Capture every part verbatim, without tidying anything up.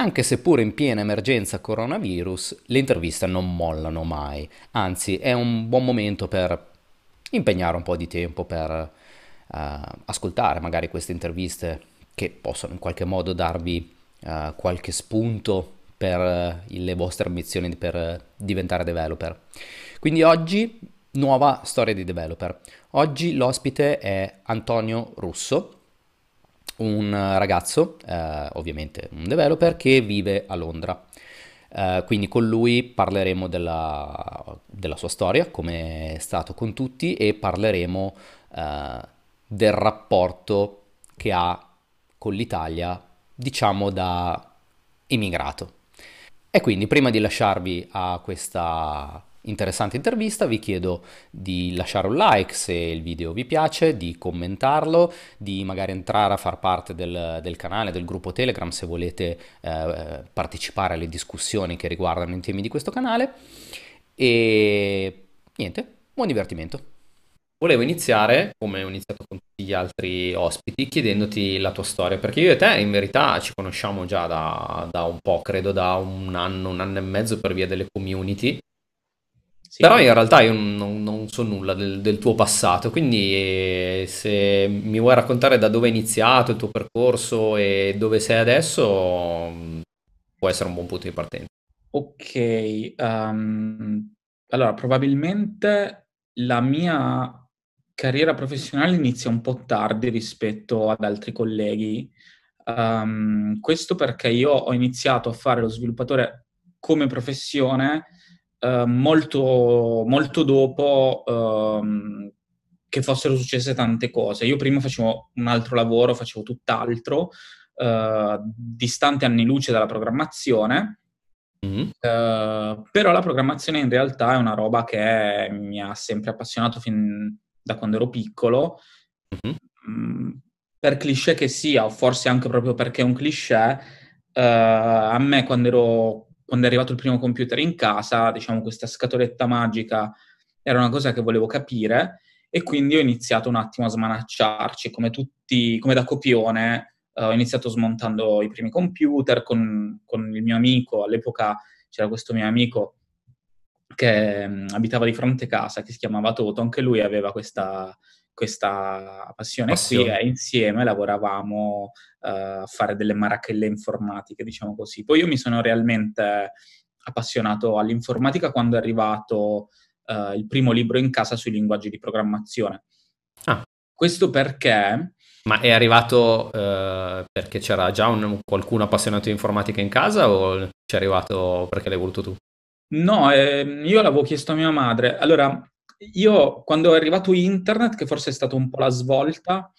Anche se pure in piena emergenza coronavirus, le interviste non mollano mai, anzi è un buon momento per impegnare un po' di tempo per eh, ascoltare magari queste interviste che possono in qualche modo darvi eh, qualche spunto per eh, le vostre ambizioni per eh, diventare developer. Quindi oggi nuova storia di developer. Oggi l'ospite è Antonio Russo, un ragazzo, eh, ovviamente un developer, che vive a Londra. Eh, quindi con lui parleremo della, della sua storia, come è stato con tutti, e parleremo eh, del rapporto che ha con l'Italia, diciamo da immigrato. E quindi prima di lasciarvi a questa interessante intervista vi chiedo di lasciare un like se il video vi piace, di commentarlo, di magari entrare a far parte del, del canale, del gruppo Telegram se volete eh, partecipare alle discussioni che riguardano i temi di questo canale. E niente, buon divertimento. Volevo iniziare, come ho iniziato con tutti gli altri ospiti, chiedendoti la tua storia, perché io e te in verità ci conosciamo già da, da un po', credo da un anno, un anno e mezzo per via delle community, però Sì, in realtà io non, non so nulla del, del tuo passato, quindi eh, se mi vuoi raccontare da dove è iniziato il tuo percorso e dove sei adesso, mh, può essere un buon punto di partenza. ok. ehm, allora, probabilmente la mia carriera professionale inizia un po' tardi rispetto ad altri colleghi. Ehm, questo perché io ho iniziato a fare lo sviluppatore come professione eh, molto, molto dopo ehm, che fossero successe tante cose. Io prima facevo un altro lavoro, facevo tutt'altro, eh, distante anni luce dalla programmazione. Mhm, Eh, però la programmazione in realtà è una roba che mi ha sempre appassionato fin da quando ero piccolo. mhm. Mm, per cliché che sia, o forse anche proprio perché è un cliché, eh, a me quando ero, quando è arrivato il primo computer in casa, diciamo questa scatoletta magica era una cosa che volevo capire e quindi ho iniziato un attimo a smanacciarci, come tutti, come da copione. Eh, ho iniziato smontando i primi computer con, con il mio amico, all'epoca c'era questo mio amico che mh, abitava di fronte casa, che si chiamava Toto, anche lui aveva questa, questa passione qui Passione. e insieme lavoravamo eh, a fare delle marachelle informatiche, diciamo così. Poi io mi sono realmente appassionato all'informatica quando è arrivato eh, il primo libro in casa sui linguaggi di programmazione. Ah, Questo perché ma è arrivato eh, perché c'era già un- qualcuno appassionato di informatica in casa o ci è arrivato perché l'hai voluto tu? no, ehm, io l'avevo chiesto a mia madre. Allora, io quando è arrivato internet, che forse è stata un po' la svolta,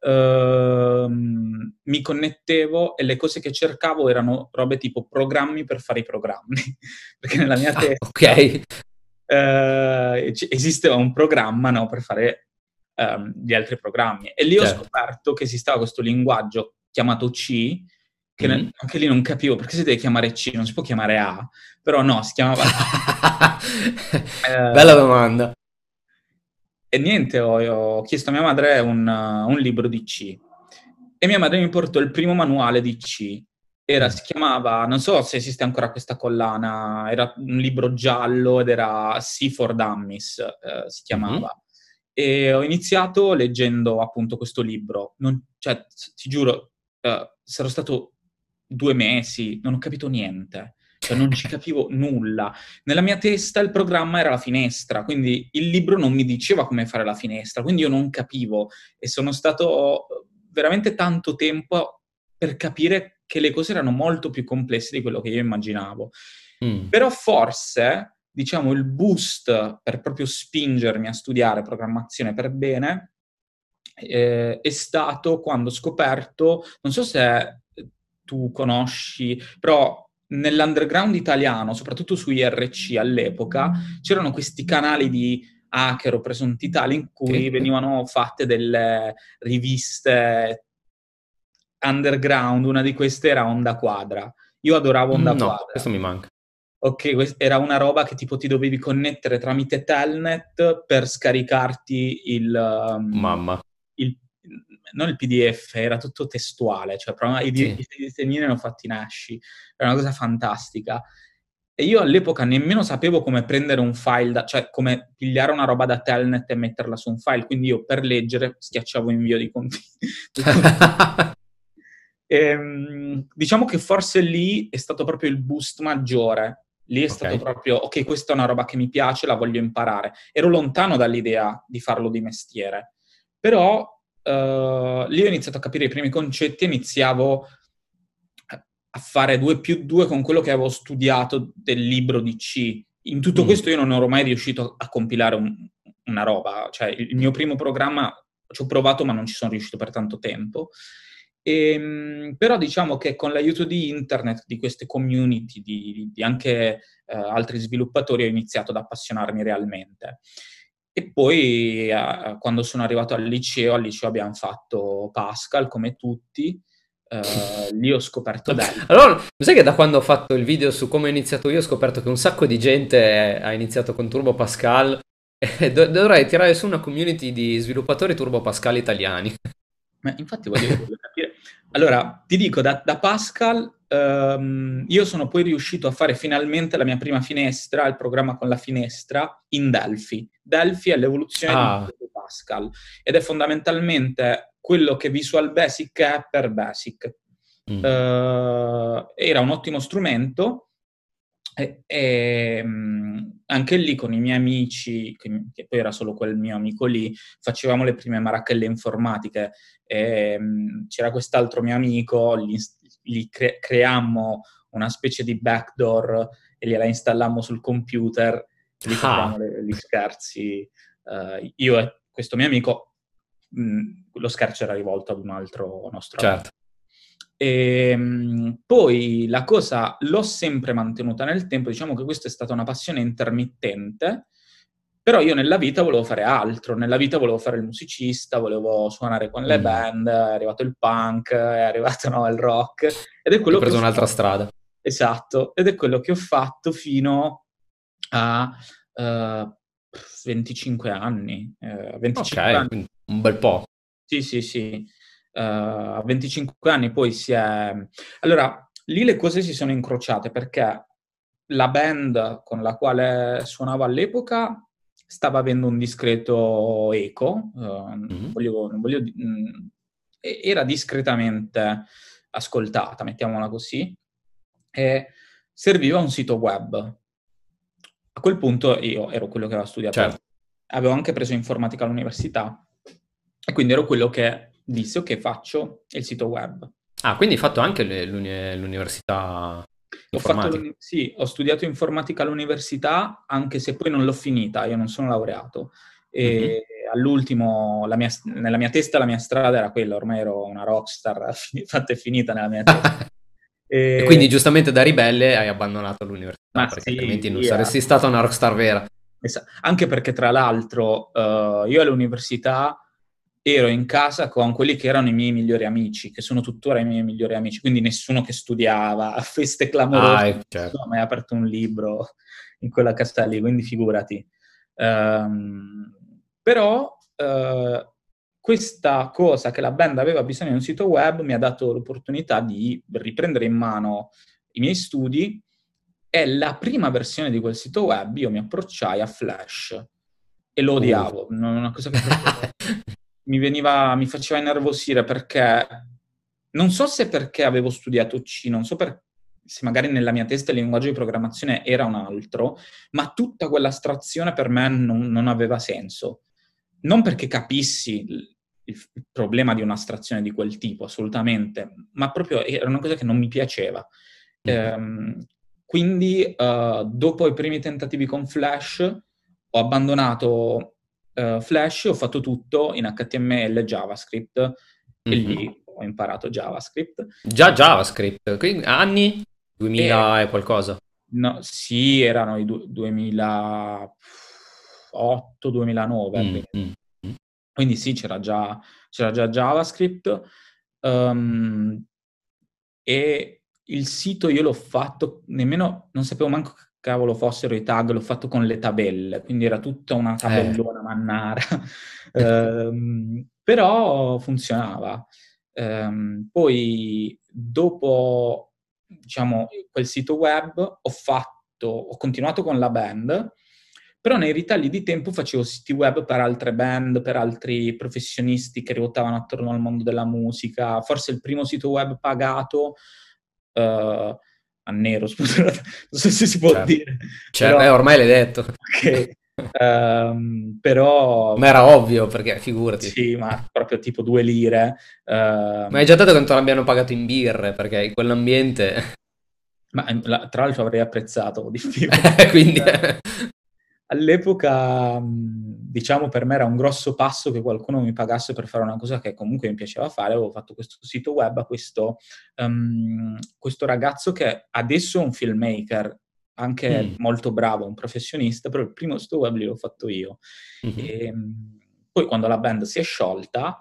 ehm, mi connettevo e le cose che cercavo erano robe tipo programmi per fare i programmi. Perché nella mia Ah, testa ok. eh, c- esisteva un programma, no, per fare ehm, gli altri programmi. E lì ho Certo. scoperto che esisteva questo linguaggio chiamato C, che ne- Mm. anche lì non capivo perché si deve chiamare C, non si può chiamare A, però no, si chiamava C. Bella Eh, domanda. e niente, ho, ho chiesto a mia madre un, un libro di C. E mia madre mi portò il primo manuale di C. Era, Mm. si chiamava, non so se esiste ancora questa collana, era un libro giallo ed era C for Dummies, eh, si Mhm. chiamava. E ho iniziato leggendo appunto questo libro. Non- cioè, ti giuro, eh, sarò stato due mesi, non ho capito niente. Cioè, non ci capivo nulla. Nella mia testa il programma era la finestra, quindi il libro non mi diceva come fare la finestra, quindi io non capivo e sono stato veramente tanto tempo per capire che le cose erano molto più complesse di quello che io immaginavo. Mm. Però forse, diciamo, il boost per proprio spingermi a studiare programmazione per bene eh, è stato quando ho scoperto, non so se tu conosci, però nell'underground italiano, soprattutto su I R C all'epoca, c'erano questi canali di hacker o presunti tali in cui Sì, sì. venivano fatte delle riviste underground, una di queste era Onda Quadra. Io adoravo Onda Mm, no, Quadra. questo mi manca. Ok, quest- era una roba che tipo ti dovevi connettere tramite Telnet per scaricarti il, um, Mamma. il- non il P D F, era tutto testuale, cioè proprio i, di- Sì. i disegnini erano fatti in Ash, era una cosa fantastica. E io all'epoca nemmeno sapevo come prendere un file, da, cioè come pigliare una roba da Telnet e metterla su un file, quindi io per leggere schiacciavo invio di contenuti. Ehm, diciamo che forse lì è stato proprio il boost maggiore. Lì è stato Ok. proprio, ok, questa è una roba che mi piace, la voglio imparare. Ero lontano dall'idea di farlo di mestiere, però eh, lì ho iniziato a capire i primi concetti e iniziavo a fare due più due con quello che avevo studiato del libro di C. In tutto Mm. questo io non ero mai riuscito a compilare un- una roba, cioè il mio primo programma ci ho provato ma non ci sono riuscito per tanto tempo. Ehm, però diciamo che con l'aiuto di internet, di queste community, di, di anche eh, altri sviluppatori, ho iniziato ad appassionarmi realmente. E poi eh, quando sono arrivato al liceo, al liceo abbiamo fatto Pascal come tutti, eh, lì ho scoperto Delphi. Allora, lo sai che da quando ho fatto il video su come ho iniziato io ho scoperto che un sacco di gente ha iniziato con Turbo Pascal e do- dovrei tirare su una community di sviluppatori Turbo Pascal italiani. Ma infatti voglio, voglio capire. Allora, ti dico, da, da Pascal, ehm, io sono poi riuscito a fare finalmente la mia prima finestra, il programma con la finestra, in Delphi. Delphi è l'evoluzione di Ah, Pascal ed è fondamentalmente quello che Visual Basic è per Basic. mm, Eh, era un ottimo strumento e, e, mh, anche lì con i miei amici, che, che poi era solo quel mio amico lì, facevamo le prime marachelle informatiche. E, mh, c'era quest'altro mio amico, gli, gli cre- creammo una specie di backdoor e gliela installammo sul computer e lì facevamo ah, le- gli scherzi. Eh, io e questo mio amico, mh, lo scherzo era rivolto ad un altro nostro amico. certo. E, mh, poi la cosa l'ho sempre mantenuta nel tempo, diciamo che questa è stata una passione intermittente, però io nella vita volevo fare altro, nella vita volevo fare il musicista, volevo suonare con le Mm. band, è arrivato il punk, è arrivato no, il rock, ed è Hai quello che ho preso un'altra fatto, strada. esatto, ed è quello che ho fatto fino a eh, venticinque anni. Eh, venticinque Ok, anni quindi un bel po'. sì, sì, sì. Eh, a venticinque anni poi si è... Allora, lì le cose si sono incrociate perché la band con la quale suonavo all'epoca stava avendo un discreto eco, eh, non Mm. voglio, non voglio di- mh, e- era discretamente ascoltata, mettiamola così, e serviva un sito web. A quel punto io ero quello che aveva studiato, Certo. avevo anche preso informatica all'università e quindi ero quello che disse ok, faccio il sito web. Ah, quindi hai fatto anche le- l'uni- l'università Ho fatto informatica. l'uni- sì, ho studiato informatica all'università, anche se poi non l'ho finita, io non sono laureato. Mhm. E all'ultimo, la mia- nella mia testa la mia strada era quella, ormai ero una rockstar fi- fatta e finita nella mia testa. E E- quindi giustamente da ribelle hai abbandonato l'università ma perché sì, altrimenti non via. saresti stata una rockstar vera. Esa- Anche perché, tra l'altro, eh, io all'università ero in casa con quelli che erano i miei migliori amici, che sono tuttora i miei migliori amici, quindi nessuno che studiava, feste clamorose, Ah, eh, certo. nessuno ha mai aperto un libro in quella casa lì, quindi figurati. Ehm, però eh, questa cosa che la band aveva bisogno di un sito web mi ha dato l'opportunità di riprendere in mano i miei studi e la prima versione di quel sito web io mi approcciai a Flash e lo Uh. odiavo, non- una cosa che proprio mi veniva, mi faceva innervosire perché non so se perché avevo studiato C, non so per- se magari nella mia testa il linguaggio di programmazione era un altro, ma tutta quell'astrazione per me non, non aveva senso. Non perché capissi il, il problema di un'astrazione di quel tipo, assolutamente, ma proprio era una cosa che non mi piaceva. Mhm. Ehm, quindi, eh, dopo i primi tentativi con Flash, ho abbandonato eh, Flash, ho fatto tutto in H T M L e JavaScript e Mhm. lì ho imparato JavaScript. Già JavaScript, quindi anni E duemila e qualcosa. no, sì, erano i du- duemilaotto-duemilanove, Mm, quindi, mm, mm. quindi sì, c'era già, c'era già JavaScript. Ehm, e il sito io l'ho fatto, nemmeno, non sapevo manco che cavolo fossero i tag, l'ho fatto con le tabelle, quindi era tutta una Eh, tabellona mannara. Ehm, Però funzionava. Ehm, poi dopo, diciamo, quel sito web ho fatto, ho continuato con la band, però nei ritagli di tempo facevo siti web per altre band, per altri professionisti che ruotavano attorno al mondo della musica. Forse il primo sito web pagato, eh, a nero, scusate, non so se si può Certo, dire, Cer- però, eh, ormai l'hai detto. ok, ehm, però Ma era ovvio, perché figurati. sì, ma proprio tipo due lire. Ma hai ehm, già detto che non te l'abbiano pagato in birre, perché in quell'ambiente... ma ehm, la- tra l'altro avrei apprezzato di più. Quindi... Eh, All'epoca, mh, diciamo, per me era un grosso passo che qualcuno mi pagasse per fare una cosa che comunque mi piaceva fare. Avevo fatto questo sito web a questo, ehm, questo ragazzo che adesso è un filmmaker, anche Mm, molto bravo, un professionista, però il primo sito web l'ho fatto io. mhm, E, mh, poi quando la band si è sciolta,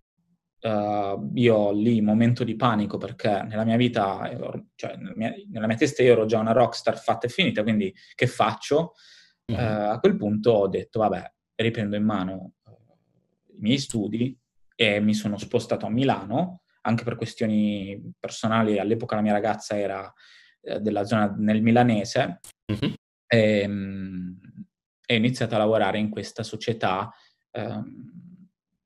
eh, io lì, momento di panico, perché nella mia vita, ero- cioè nella mia, nella mia testa io ero già una rockstar fatta e finita, quindi che faccio? Eh, mhm, a quel punto ho detto, vabbè, riprendo in mano eh, i miei studi e mi sono spostato a Milano, anche per questioni personali. All'epoca la mia ragazza era eh, della zona nel milanese mhm, e, mh, e ho iniziato a lavorare in questa società ehm,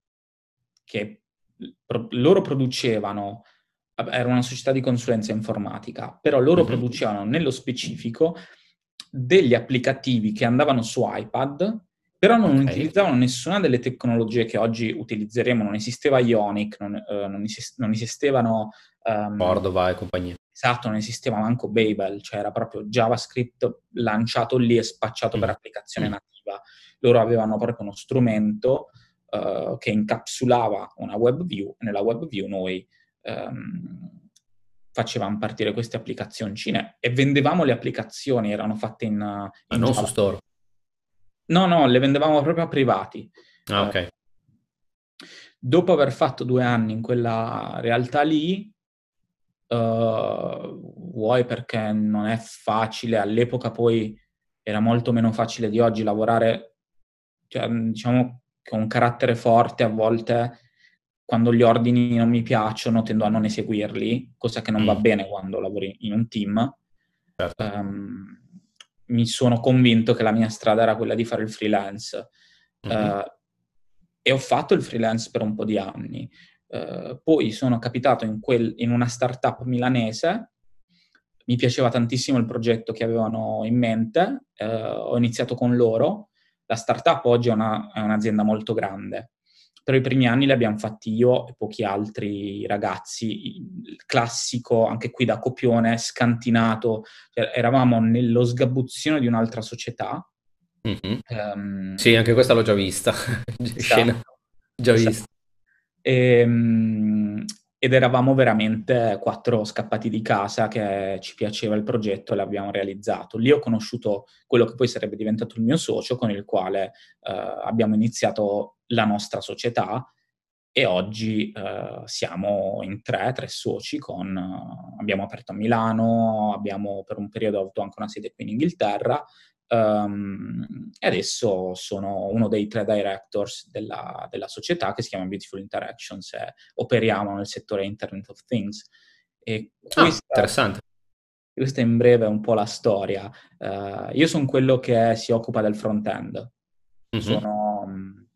che pro- loro producevano, vabbè, era una società di consulenza informatica, però loro mhm. producevano nello specifico degli applicativi che andavano su iPad, però non Ok. utilizzavano nessuna delle tecnologie che oggi utilizzeremo. Non esisteva Ionic, non, eh, non esist- non esistevano... ehm, Cordova e compagnia. Esatto, non esisteva manco Babel, cioè era proprio JavaScript lanciato lì e spacciato per Mhm, applicazione mm. nativa. Loro avevano proprio uno strumento eh, che incapsulava una web view, e nella web view noi ehm, facevamo partire queste applicazioncine e vendevamo le applicazioni, erano fatte in, Ah, in non su Java. Store. No, no, le vendevamo proprio a privati. Ah, Eh, ok. dopo aver fatto due anni in quella realtà lì, eh, vuoi perché non è facile, all'epoca poi era molto meno facile di oggi lavorare, cioè, diciamo che ho un carattere forte, a volte quando gli ordini non mi piacciono tendo a non eseguirli, cosa che non va Mm, bene quando lavori in un team. certo. Ehm, mi sono convinto che la mia strada era quella di fare il freelance. Mhm, Eh, e ho fatto il freelance per un po' di anni. Eh, poi sono capitato in, quel, in una startup milanese, mi piaceva tantissimo il progetto che avevano in mente, eh, ho iniziato con loro. La startup oggi è, una, è un'azienda molto grande, però i primi anni li abbiamo fatti io e pochi altri ragazzi, il classico, anche qui da copione, scantinato, cioè, eravamo nello sgabuzzino di un'altra società. mhm. Sì, Ehm, anche questa l'ho già vista. Scena esatto, già esatto. vista. Ehm, ed eravamo veramente quattro scappati di casa che ci piaceva il progetto e l'abbiamo realizzato. Lì ho conosciuto quello che poi sarebbe diventato il mio socio, con il quale eh, abbiamo iniziato la nostra società e oggi eh, siamo in tre, tre soci, con, eh, abbiamo aperto a Milano, abbiamo per un periodo avuto anche una sede qui in Inghilterra. Um, e adesso sono uno dei tre directors della, della società che si chiama Beautiful Interactions e operiamo nel settore Internet of Things. E Ah, questa, interessante. questa in breve è un po' la storia. Uh, io sono quello che si occupa del front-end. Mhm, Sono um,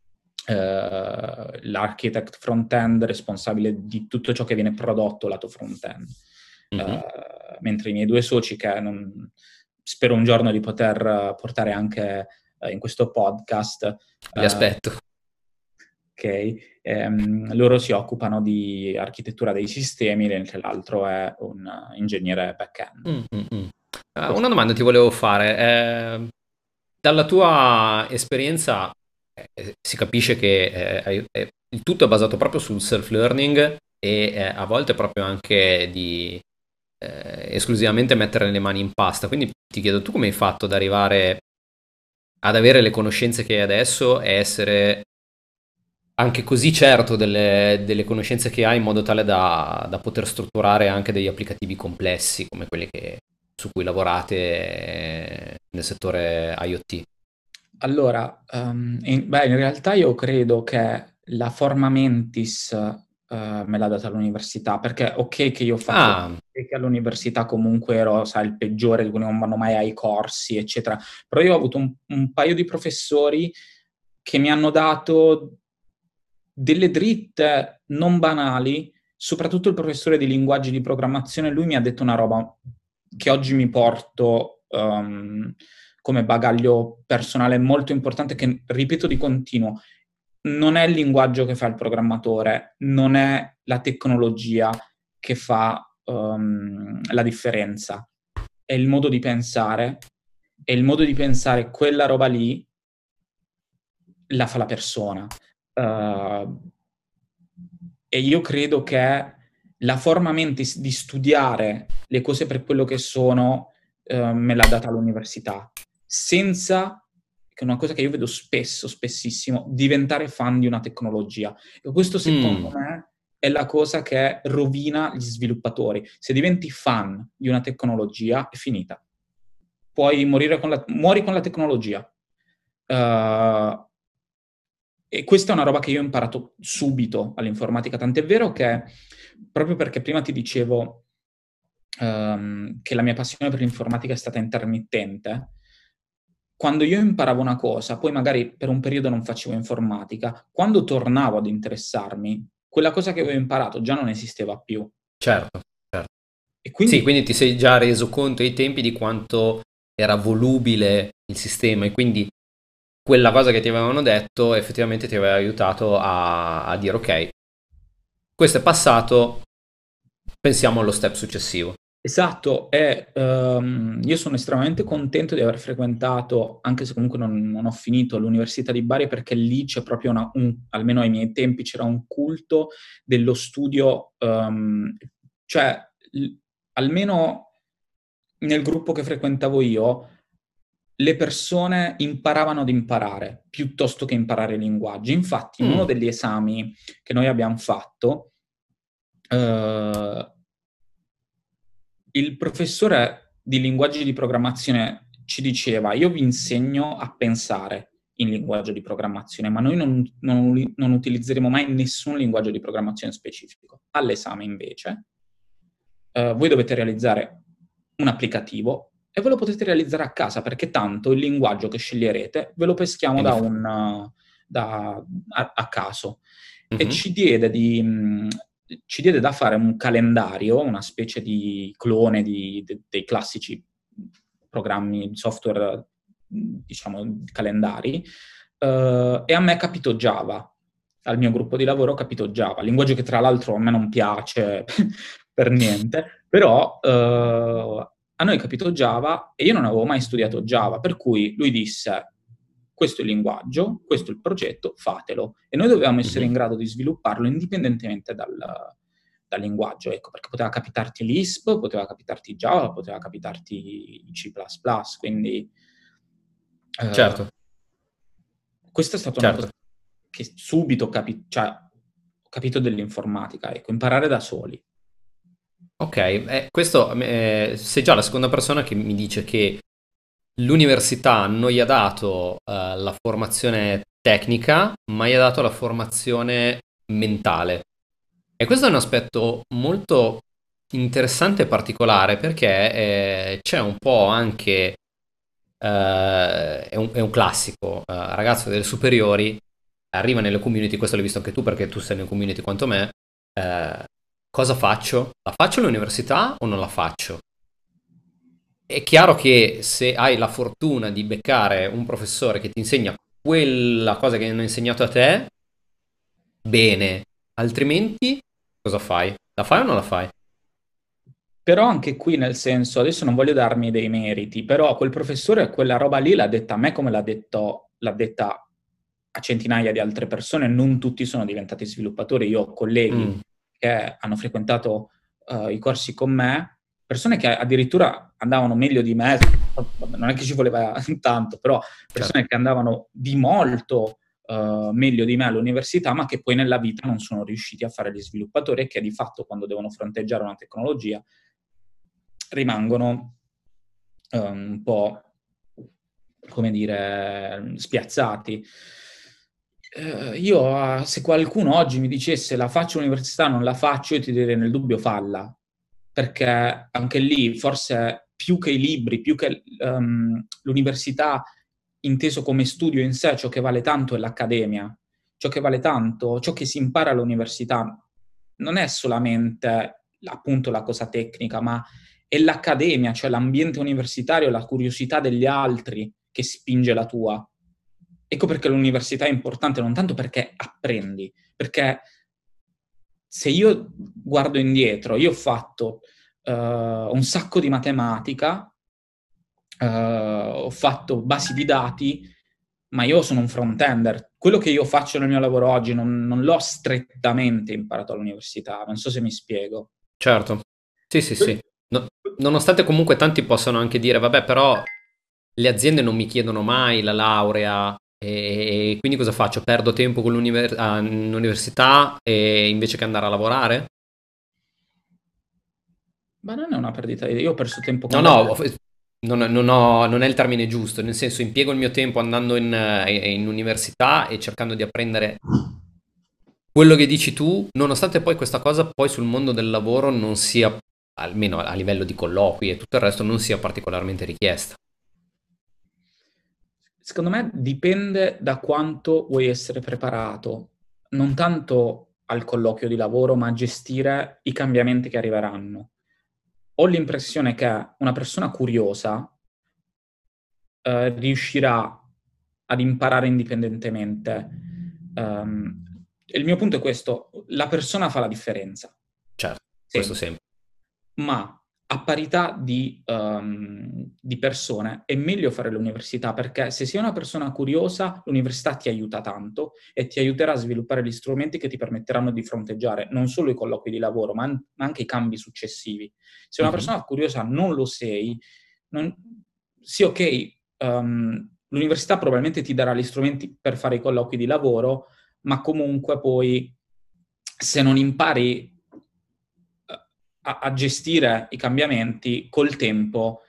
uh, l'architect front-end responsabile di tutto ciò che viene prodotto lato front-end. mhm. Uh, mentre i miei due soci, che non, spero un giorno di poter portare anche uh, in questo podcast, Vi uh, aspetto. ok, ehm, loro si occupano di architettura dei sistemi, mentre l'altro è un uh, ingegnere back-end. Mm, mm, mm. Eh, una Questo. domanda ti volevo fare. Eh, dalla tua esperienza eh, si capisce che eh, hai- eh, il tutto è basato proprio sul self-learning e eh, a volte proprio anche di eh, esclusivamente mettere le mani in pasta. Quindi ti chiedo, tu come hai fatto ad arrivare ad avere le conoscenze che hai adesso e essere anche così certo delle, delle conoscenze che hai in modo tale da, da poter strutturare anche degli applicativi complessi come quelli che- su cui lavorate eh, nel settore IoT. Allora, ehm, in, beh, in realtà io credo che la forma mentis uh, me l'ha data l'università, perché ok che io ho fatto, Ah, che all'università comunque ero, sai, il peggiore, di cui non vanno mai ai corsi, eccetera, però io ho avuto un, un paio di professori che mi hanno dato delle dritte non banali, soprattutto il professore di linguaggi di programmazione, lui mi ha detto una roba che oggi mi porto um, come bagaglio personale molto importante, che ripeto di continuo: non è il linguaggio che fa il programmatore, non è la tecnologia che fa um, la differenza, è il modo di pensare, e il modo di pensare quella roba lì la fa la persona. Uh, e io credo che la forma mentis di studiare le cose per quello che sono uh, me l'ha data l'università, senza, che è una cosa che io vedo spesso, spessissimo, diventare fan di una tecnologia. E questo, secondo mm, me, è la cosa che rovina gli sviluppatori. Se diventi fan di una tecnologia, è finita. Puoi morire con la, muori con la tecnologia. Uh, e questa è una roba che io ho imparato subito all'informatica, tant'è vero che, proprio perché prima ti dicevo um, che la mia passione per l'informatica è stata intermittente, quando io imparavo una cosa, poi magari per un periodo non facevo informatica, quando tornavo ad interessarmi, quella cosa che avevo imparato già non esisteva più. certo, certo. E Sì, quindi, quindi ti sei già reso conto ai tempi di quanto era volubile il sistema e quindi quella cosa che ti avevano detto effettivamente ti aveva aiutato a, a dire ok, questo è passato, pensiamo allo step successivo. esatto, e ehm, io sono estremamente contento di aver frequentato, anche se comunque non, non ho finito l'Università di Bari, perché lì c'è proprio una, un, almeno ai miei tempi, c'era un culto dello studio, ehm, cioè l- almeno nel gruppo che frequentavo io, le persone imparavano ad imparare piuttosto che imparare i linguaggi. Infatti, in uno Mm, degli esami che noi abbiamo fatto, eh, il professore di linguaggi di programmazione ci diceva: io vi insegno a pensare in linguaggio di programmazione, ma noi non, non, non utilizzeremo mai nessun linguaggio di programmazione specifico. All'esame, invece, eh, voi dovete realizzare un applicativo e ve lo potete realizzare a casa, perché tanto il linguaggio che sceglierete ve lo peschiamo è da dif- un, uh, da, a, a caso. E Mhm. ci diede, di, mh, ci diede da fare un calendario, una specie di clone di, de, dei classici programmi, software, diciamo, calendari, uh, e a me è capito Java. Al mio gruppo di lavoro ho capito Java, linguaggio che tra l'altro a me non piace per niente, però uh, a noi è capito Java e io non avevo mai studiato Java, per cui lui disse: questo è il linguaggio, questo è il progetto, fatelo. E noi dovevamo essere in Mhm. grado di svilupparlo indipendentemente dal, dal linguaggio, ecco, perché poteva capitarti l'I S P, poteva capitarti Java, poteva capitarti C plus plus, quindi uh, Certo, questa è stata una cosa certo. che subito ho capi- cioè, ho capito dell'informatica, ecco, imparare da soli. Ok, eh, questo eh, sei già la seconda persona che mi dice che l'università non gli ha dato eh, la formazione tecnica, ma gli ha dato la formazione mentale. E questo è un aspetto molto interessante e particolare perché eh, c'è un po' anche, eh, è un, è un classico, eh, ragazzo delle superiori, arriva nelle community, questo l'hai visto anche tu perché tu sei nelle community quanto me, eh, cosa faccio? La faccio all'università o non la faccio? È chiaro che se hai la fortuna di beccare un professore che ti insegna quella cosa che hanno insegnato a te, bene, altrimenti cosa fai? La fai o non la fai? Però anche qui, nel senso, adesso non voglio darmi dei meriti, però quel professore quella roba lì l'ha detta a me come l'ha detto, l'ha detta a centinaia di altre persone. Non tutti sono diventati sviluppatori. Io ho colleghi Mm, che hanno frequentato uh, i corsi con me, persone che addirittura andavano meglio di me, non è che ci voleva tanto, però certo. persone che andavano di molto uh, meglio di me all'università, ma che poi nella vita non sono riusciti a fare gli sviluppatori e che di fatto, quando devono fronteggiare una tecnologia, rimangono um, un po', come dire, spiazzati. Eh, io, eh, se qualcuno oggi mi dicesse la faccio l'università o non la faccio, io ti direi nel dubbio falla, perché anche lì forse più che i libri, più che ehm, l'università inteso come studio in sé, ciò che vale tanto è l'accademia, ciò che vale tanto, ciò che si impara all'università non è solamente appunto la cosa tecnica, ma è l'accademia, cioè l'ambiente universitario, la curiosità degli altri che spinge la tua. Ecco perché l'università è importante, non tanto perché apprendi, perché se io guardo indietro, io ho fatto uh, un sacco di matematica, uh, ho fatto basi di dati, ma io sono un front-ender. Quello che io faccio nel mio lavoro oggi non, non l'ho strettamente imparato all'università, non so se mi spiego. Certo, sì, sì, sì. No- nonostante comunque tanti possano anche dire, vabbè, però le aziende non mi chiedono mai la laurea e quindi cosa faccio? Perdo tempo con l'univer- ah, all'università e invece che andare a lavorare? Ma non è una perdita di... Io ho perso tempo No, con no, le... ho- non, non ho- non è il termine giusto, nel senso impiego il mio tempo andando in, eh, in università e cercando di apprendere quello che dici tu, nonostante poi questa cosa poi sul mondo del lavoro non sia, almeno a livello di colloqui e tutto il resto, non sia particolarmente richiesta. Secondo me dipende da quanto vuoi essere preparato, non tanto al colloquio di lavoro, ma a gestire i cambiamenti che arriveranno. Ho l'impressione che una persona curiosa eh, riuscirà ad imparare indipendentemente. Um, il mio punto è questo, la persona fa la differenza, Certo, questo sempre, sempre. ma a parità di, um, di persone è meglio fare l'università perché se sei una persona curiosa, l'università ti aiuta tanto e ti aiuterà a sviluppare gli strumenti che ti permetteranno di fronteggiare non solo i colloqui di lavoro, ma, an- ma anche i cambi successivi. Se una Mhm. persona curiosa non lo sei, non, sì, ok, um, l'università probabilmente ti darà gli strumenti per fare i colloqui di lavoro, ma comunque poi se non impari a, a gestire i cambiamenti col tempo,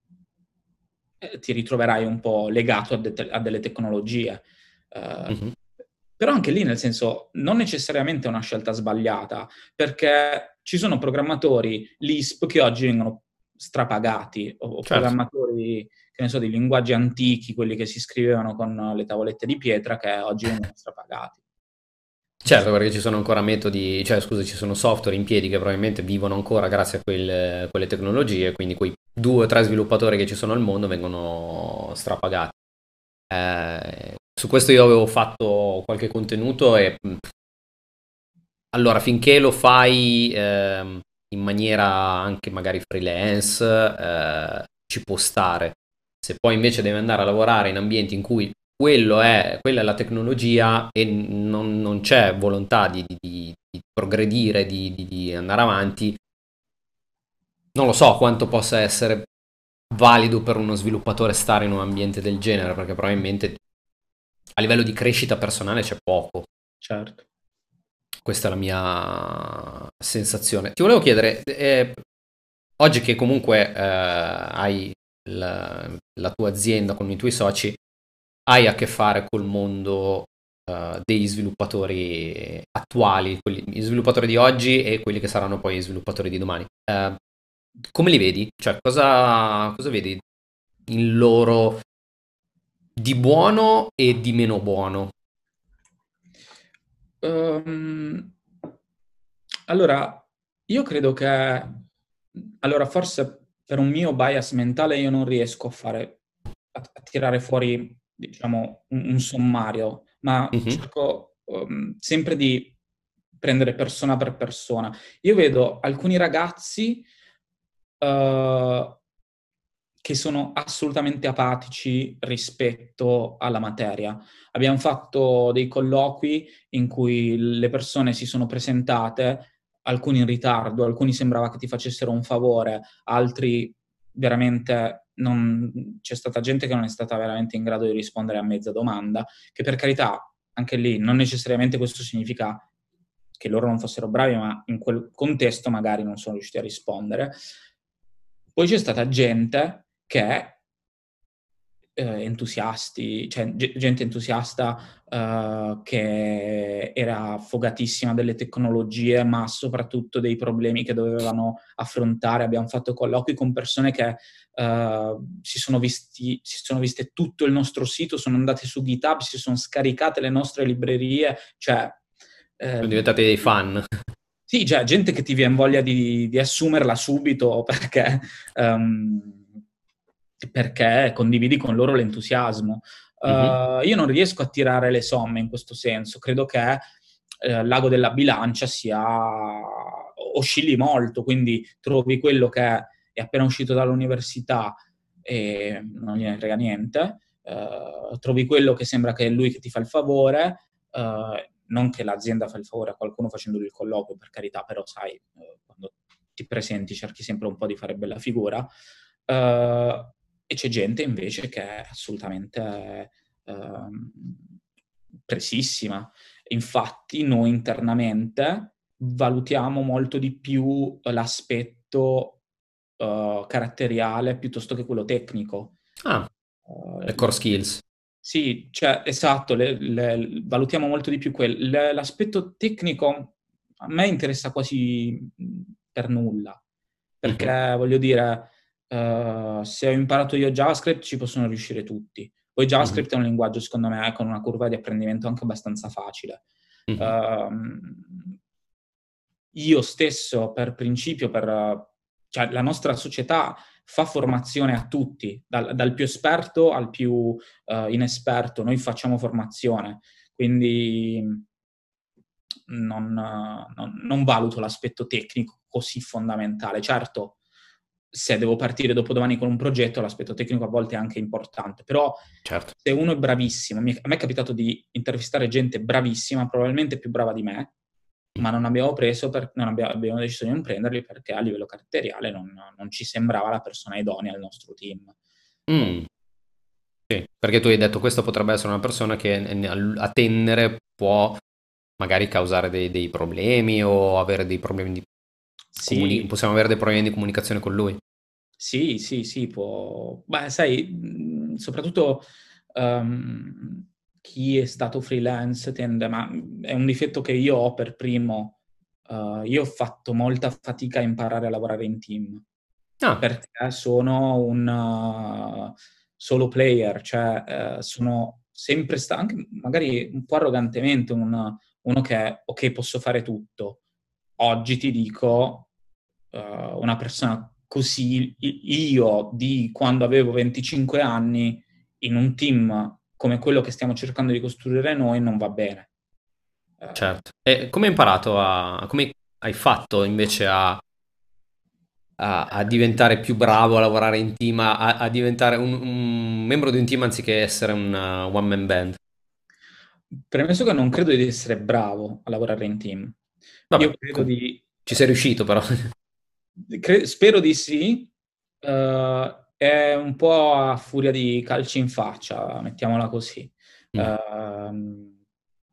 eh, ti ritroverai un po' legato a, de- a delle tecnologie. Eh, Mhm. però anche lì, nel senso, non necessariamente è una scelta sbagliata, perché ci sono programmatori, l'I S P, che oggi vengono strapagati, o, o Certo. programmatori, che ne so, di linguaggi antichi, quelli che si scrivevano con le tavolette di pietra, che oggi vengono strapagati. Certo, perché ci sono ancora metodi, cioè scusa, ci sono software in piedi che probabilmente vivono ancora grazie a quel- quelle tecnologie, quindi quei due o tre sviluppatori che ci sono al mondo vengono strapagati. Eh, su questo io avevo fatto qualche contenuto e mh, allora finché lo fai ehm, in maniera anche magari freelance eh, ci può stare. Se poi invece devi andare a lavorare in ambienti in cui quello è, quella è la tecnologia e non, non c'è volontà di, di- di- di progredire, di, di- di andare avanti, non lo so quanto possa essere valido per uno sviluppatore stare in un ambiente del genere, perché probabilmente a livello di crescita personale c'è poco. Certo. Questa è la mia sensazione. Ti volevo chiedere, eh, oggi che comunque eh, hai la, la tua azienda con i tuoi soci, hai a che fare col mondo eh, degli sviluppatori attuali, quelli, gli sviluppatori di oggi e quelli che saranno poi gli sviluppatori di domani. Eh, come li vedi? Cioè, cosa, cosa vedi in loro di buono e di meno buono? Ehm, allora, io credo che, allora, forse per un mio bias mentale io non riesco a fare, a, a tirare fuori, diciamo, un, un sommario, ma Mhm. cerco ehm, sempre di prendere persona per persona. Io vedo alcuni ragazzi eh, che sono assolutamente apatici rispetto alla materia. Abbiamo fatto dei colloqui in cui le persone si sono presentate, alcuni in ritardo, alcuni sembrava che ti facessero un favore, altri veramente non... c'è stata gente che non è stata veramente in grado di rispondere a mezza domanda, che per carità, anche lì, non necessariamente questo significa che loro non fossero bravi, ma in quel contesto magari non sono riusciti a rispondere. Poi c'è stata gente che eh, entusiasti, cioè ge- gente entusiasta eh, che era fogatissima delle tecnologie, ma soprattutto dei problemi che dovevano affrontare. Abbiamo fatto colloqui con persone che eh, si sono visti, si sono viste tutto il nostro sito, sono andate su GitHub, si sono scaricate le nostre librerie, cioè Sono eh, diventati dei fan. sì, cioè gente che ti viene voglia di, di assumerla subito perché, ehm, perché condividi con loro l'entusiasmo. Mhm. Uh, io non riesco a tirare le somme in questo senso, credo che eh, l'ago della bilancia sia oscilli molto, quindi trovi quello che è appena uscito dall'università e non gliene frega niente, uh, trovi quello che sembra che è lui che ti fa il favore, uh, non che l'azienda fa il favore a qualcuno facendogli il colloquio, per carità, però sai, eh, quando ti presenti cerchi sempre un po' di fare bella figura. Uh, e c'è gente invece che è assolutamente uh, presissima. Infatti noi internamente valutiamo molto di più l'aspetto uh, caratteriale piuttosto che quello tecnico. Ah, Uh, le core skills. sì, cioè, esatto, le- le- valutiamo molto di più quel. le- L'aspetto tecnico a me interessa quasi mh, per nulla, Mhm. perché voglio dire, eh, se ho imparato io JavaScript ci possono riuscire tutti. Poi Mhm. JavaScript è un linguaggio, secondo me, con una curva di apprendimento anche abbastanza facile. Mhm. Ehm, io stesso, per principio, per, cioè, la nostra società fa formazione a tutti, dal, dal più esperto al più eh, inesperto, noi facciamo formazione, quindi non, non, non valuto l'aspetto tecnico così fondamentale. Certo, se devo partire dopodomani con un progetto, l'aspetto tecnico a volte è anche importante, però Certo. se uno è bravissimo, mi- a me è capitato di intervistare gente bravissima, probabilmente più brava di me, ma non abbiamo preso, per, non abbiamo, abbiamo deciso di non prenderli perché a livello caratteriale non, non ci sembrava la persona idonea al nostro team. Mm, sì, perché tu hai detto questo potrebbe essere una persona che n- a tendere può magari causare dei, dei problemi o avere dei problemi di comuni- Sì, possiamo avere dei problemi di comunicazione con lui. sì, sì, sì, può. Beh, sai, mh, soprattutto ehm, chi è stato freelance tende, ma è un difetto che io ho per primo. Eh, io ho fatto molta fatica a imparare a lavorare in team Ah, perché sono un uh, solo player, cioè eh, sono sempre stato, anche magari un po' arrogantemente, un- uno che, ok, posso fare tutto. Oggi ti dico, eh, una persona così, i- io di quando avevo venticinque anni, in un team come quello che stiamo cercando di costruire noi, non va bene. Eh, certo. E come hai imparato a... come hai fatto invece a, a- a diventare più bravo a lavorare in team, a, a diventare un, un membro di un team anziché essere un uh, one man band? Premesso che non credo di essere bravo a lavorare in team, io Vabbè, credo com- di ci sei riuscito però. Cre- spero di sì. Eh, è un po' a furia di calci in faccia, mettiamola così. Mm, Ehm,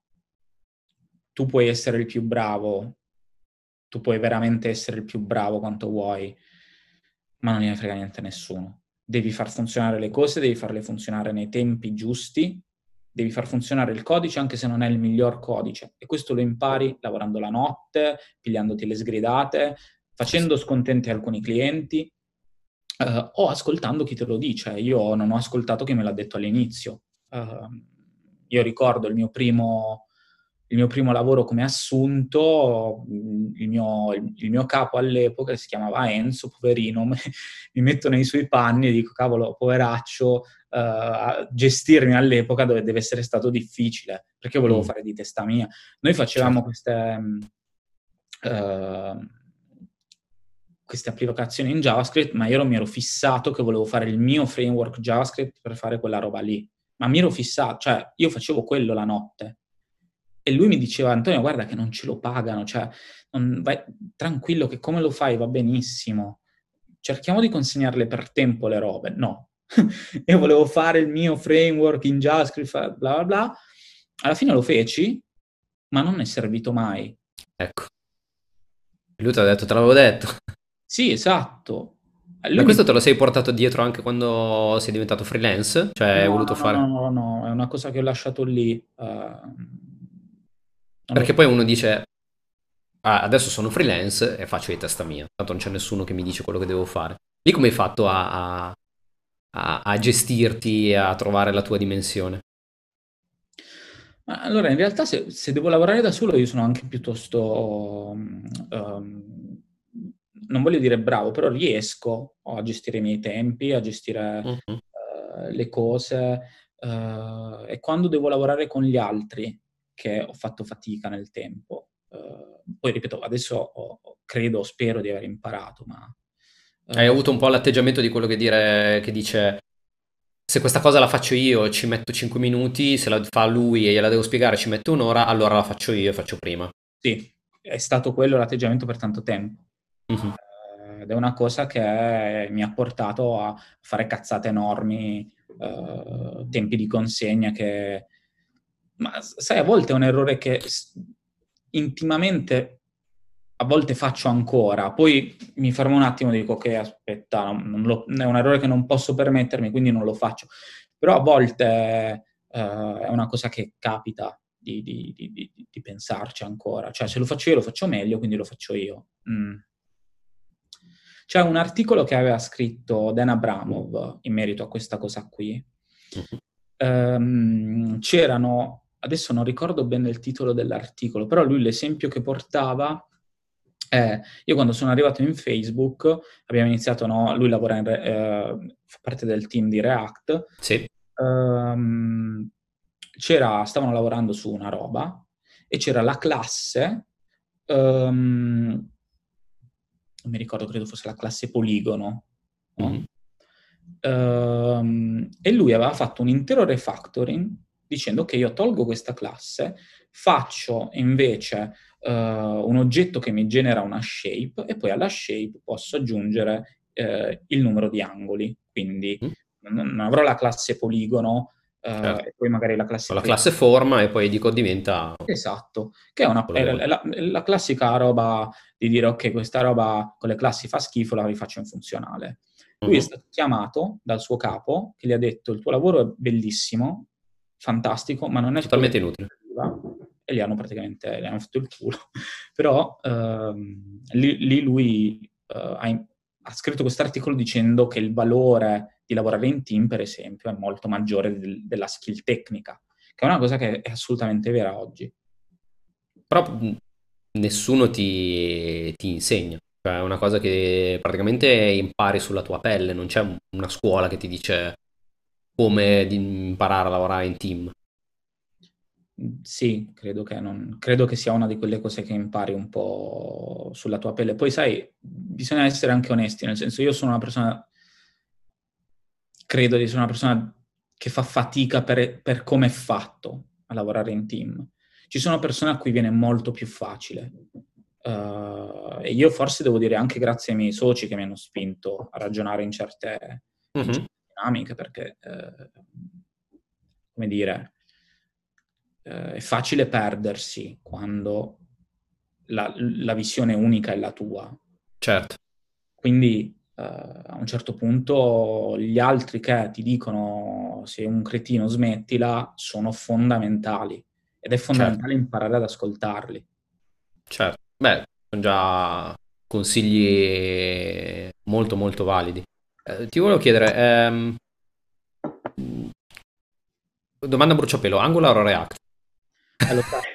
tu puoi essere il più bravo, tu puoi veramente essere il più bravo quanto vuoi, ma non gliene frega niente a nessuno. Devi far funzionare le cose, devi farle funzionare nei tempi giusti, devi far funzionare il codice anche se non è il miglior codice. E questo lo impari lavorando la notte, pigliandoti le sgridate, eh sì. facendo scontenti alcuni clienti, eh, o ascoltando chi te lo dice. Io non ho ascoltato chi me l'ha detto all'inizio. Eh, io ricordo il mio primo, il mio primo lavoro come assunto, il mio, il mio capo all'epoca si chiamava Enzo, poverino, mi metto nei suoi panni e dico, cavolo, poveraccio, uh, gestirmi all'epoca dove deve essere stato difficile, perché io volevo Mm, fare di testa mia. Noi facevamo certo. queste, uh, queste applicazioni in JavaScript, ma io mi ero fissato che volevo fare il mio framework JavaScript per fare quella roba lì. Ma mi ero fissato, cioè io facevo quello la notte. E lui mi diceva, Antonio, guarda che non ce lo pagano, cioè, non, vai, tranquillo che come lo fai va benissimo. Cerchiamo di consegnarle per tempo le robe. No. Io volevo fare il mio framework in JavaScript, bla bla bla. Alla fine lo feci, ma non è servito mai. Ecco. Lui ti ha detto, te l'avevo detto. Sì, esatto. Ma Lui mi... questo te lo sei portato dietro anche quando sei diventato freelance? Cioè, hai No, voluto no, no, no, fare... no, no, è una cosa che ho lasciato lì. eh, non lo Perché so. poi uno dice, ah, adesso sono freelance e faccio di testa mia, tanto non c'è nessuno che mi dice quello che devo fare. Lì come hai fatto a, a- a- a gestirti e a trovare la tua dimensione? Ma allora, in realtà, se, se devo lavorare da solo, io sono anche piuttosto, mm, ehm, non voglio dire bravo, però riesco a gestire i miei tempi, a gestire Mhm. eh, le cose. Eh, e quando devo lavorare con gli altri, che ho fatto fatica nel tempo, eh, poi ripeto, adesso ho- ho- credo, spero di aver imparato, ma Hai eh, avuto un po' l'atteggiamento di quello che, dire, che dice, se questa cosa la faccio io ci metto cinque minuti, se la fa lui e gliela devo spiegare ci metto un'ora, allora la faccio io e faccio prima. sì, è stato quello l'atteggiamento per tanto tempo. Mhm. Eh, Ed è una cosa che mi ha portato a fare cazzate enormi, eh, tempi di consegna che... Ma s- sai, a volte è un errore che s- intimamente a volte faccio ancora, poi mi fermo un attimo e dico che aspetta, non- non lo- è un errore che non posso permettermi, quindi non lo faccio. Però a volte eh, è una cosa che capita di, di- di- di- di pensarci ancora. Cioè, se lo faccio io lo faccio meglio, quindi lo faccio io. Mm. C'è un articolo che aveva scritto Dan Abramov in merito a questa cosa qui. Mhm. Ehm, c'erano, adesso non ricordo bene il titolo dell'articolo, però lui l'esempio che portava è, io quando sono arrivato in Facebook, abbiamo iniziato, no, lui lavora in, Re- eh, fa parte del team di React, Sì. ehm, c'era, stavano lavorando su una roba e c'era la classe, ehm, non mi ricordo, credo fosse la classe Poligono, Mhm. no? Ehm, e lui aveva fatto un intero refactoring dicendo che io tolgo questa classe, faccio invece eh, un oggetto che mi genera una shape e poi alla shape posso aggiungere eh, il numero di angoli. Quindi Mhm. non, non avrò la classe poligono eh, Certo. e poi magari la classe Con la pre- classe forma e poi dico diventa Esatto, che è, una, quello è che la, vuoi. la- la classica roba di dire ok, questa roba con le classi fa schifo, la rifaccio in funzionale. Lui è Mhm. stato chiamato dal suo capo che gli ha detto il tuo lavoro è bellissimo, fantastico, ma non è quello Totalmente che inutile. serviva, e gli hanno praticamente gli hanno fatto il culo. Però ehm, lì, lì lui eh, ha, ha scritto questo articolo dicendo che il valore di lavorare in team, per esempio, è molto maggiore del- della skill tecnica, che è una cosa che è assolutamente vera oggi. Però mh, nessuno ti, ti insegna. Cioè, è una cosa che praticamente impari sulla tua pelle, non c'è un- una scuola che ti dice come di imparare a lavorare in team. Sì, credo che, non- credo che sia una di quelle cose che impari un po' sulla tua pelle. Poi, sai, bisogna essere anche onesti, nel senso, io sono una persona, credo di essere una persona che fa fatica per, per come è fatto a lavorare in team. Ci sono persone a cui viene molto più facile. Eh, e io forse devo dire anche grazie ai miei soci che mi hanno spinto a ragionare in certe, in Mhm. certe dinamiche, perché, eh, come dire, eh, è facile perdersi quando la, la visione unica è la tua. Certo, Quindi eh, a un certo punto gli altri che ti dicono sei un cretino, smettila, sono fondamentali ed è certo, fondamentale imparare ad ascoltarli. certo. Beh, sono già consigli molto molto validi. Eh, ti volevo chiedere, ehm, domanda a bruciapelo, Angular o React? Eh, lo sai.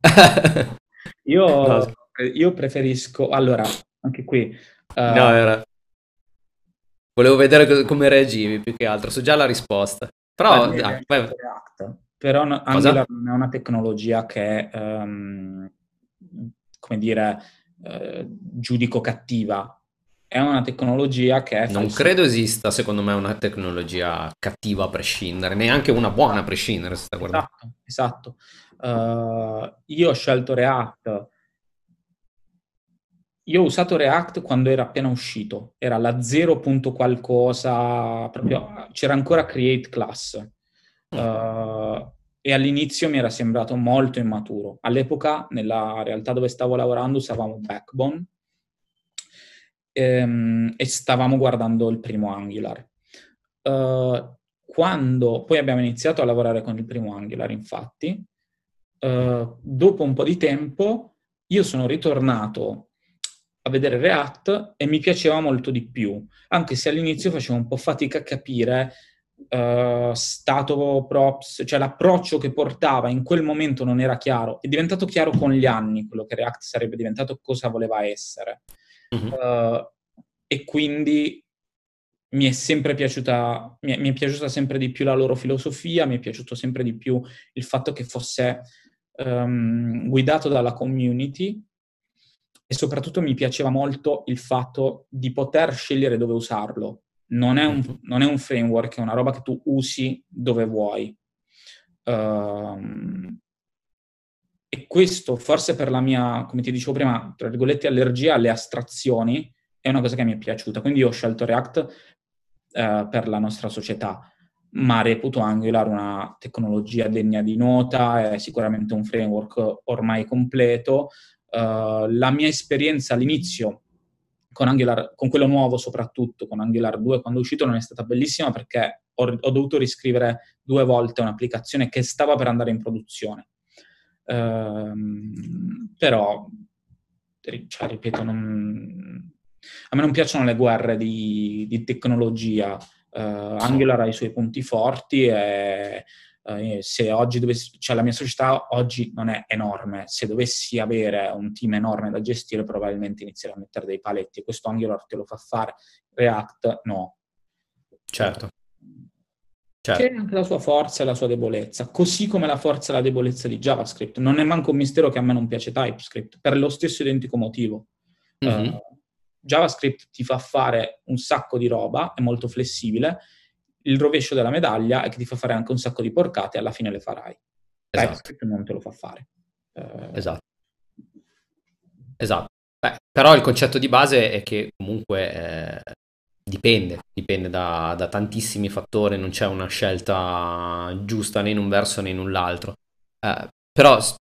No, Io, scher- io preferisco, allora, anche qui, no, eh, era... Volevo vedere co- come reagivi più che altro, so già la risposta. guarda, Però, io dai, ho vai- scelto React, però no- cosa? Angular non è una tecnologia che, ehm, come dire, eh, giudico cattiva. È una tecnologia che fa il Non suo... credo esista, secondo me, una tecnologia cattiva a prescindere, neanche una buona a prescindere, se sta guardando. Esatto, esatto. Eh, io ho scelto React. Io ho usato React quando era appena uscito, era la zero punto qualcosa, proprio c'era ancora Create Class. Mm, Eh, e all'inizio mi era sembrato molto immaturo. All'epoca, nella realtà dove stavo lavorando, usavamo Backbone ehm, e stavamo guardando il primo Angular. Uh, quando poi abbiamo iniziato a lavorare con il primo Angular, infatti, uh, dopo un po' di tempo io sono ritornato a vedere React e mi piaceva molto di più, anche se all'inizio facevo un po' fatica a capire uh, stato props, cioè l'approccio che portava in quel momento non era chiaro. È diventato chiaro con gli anni quello che React sarebbe diventato, cosa voleva essere. Mhm. Uh, e quindi mi è sempre piaciuta, mi è, mi è piaciuta sempre di più la loro filosofia, mi è piaciuto sempre di più il fatto che fosse um, guidato dalla community e soprattutto mi piaceva molto il fatto di poter scegliere dove usarlo. Non è un, Mhm. non è un framework, è una roba che tu usi dove vuoi. Um, e questo, forse per la mia, come ti dicevo prima, tra virgolette, allergia alle astrazioni, è una cosa che mi è piaciuta. Quindi io ho scelto React eh, per la nostra società, ma reputo Angular una tecnologia degna di nota, è sicuramente un framework ormai completo. Uh, la mia esperienza all'inizio con Angular, con quello nuovo soprattutto, con Angular due, quando è uscito non è stata bellissima perché ho, ho dovuto riscrivere due volte un'applicazione che stava per andare in produzione. Uh, però, cioè, ripeto, non, a me non piacciono le guerre di, di tecnologia. Uh, Angular ha i suoi punti forti e uh, se oggi dovessi, cioè la mia società oggi non è enorme, se dovessi avere un team enorme da gestire probabilmente inizierei a mettere dei paletti e questo Angular te lo fa fare, React no. Certo, Che certo. è anche la sua forza e la sua debolezza, così come la forza e la debolezza di JavaScript. Non è manco un mistero che a me non piace TypeScript, per lo stesso identico motivo. Uh, Mhm. JavaScript ti fa fare un sacco di roba, è molto flessibile, il rovescio della medaglia è che ti fa fare anche un sacco di porcate e alla fine le farai. Esatto, TypeScript non te lo fa fare. Uh, esatto, esatto. Beh, però il concetto di base è che comunque eh, dipende, dipende da, da tantissimi fattori, non c'è una scelta giusta né in un verso né in un l'altro. Eh, però s-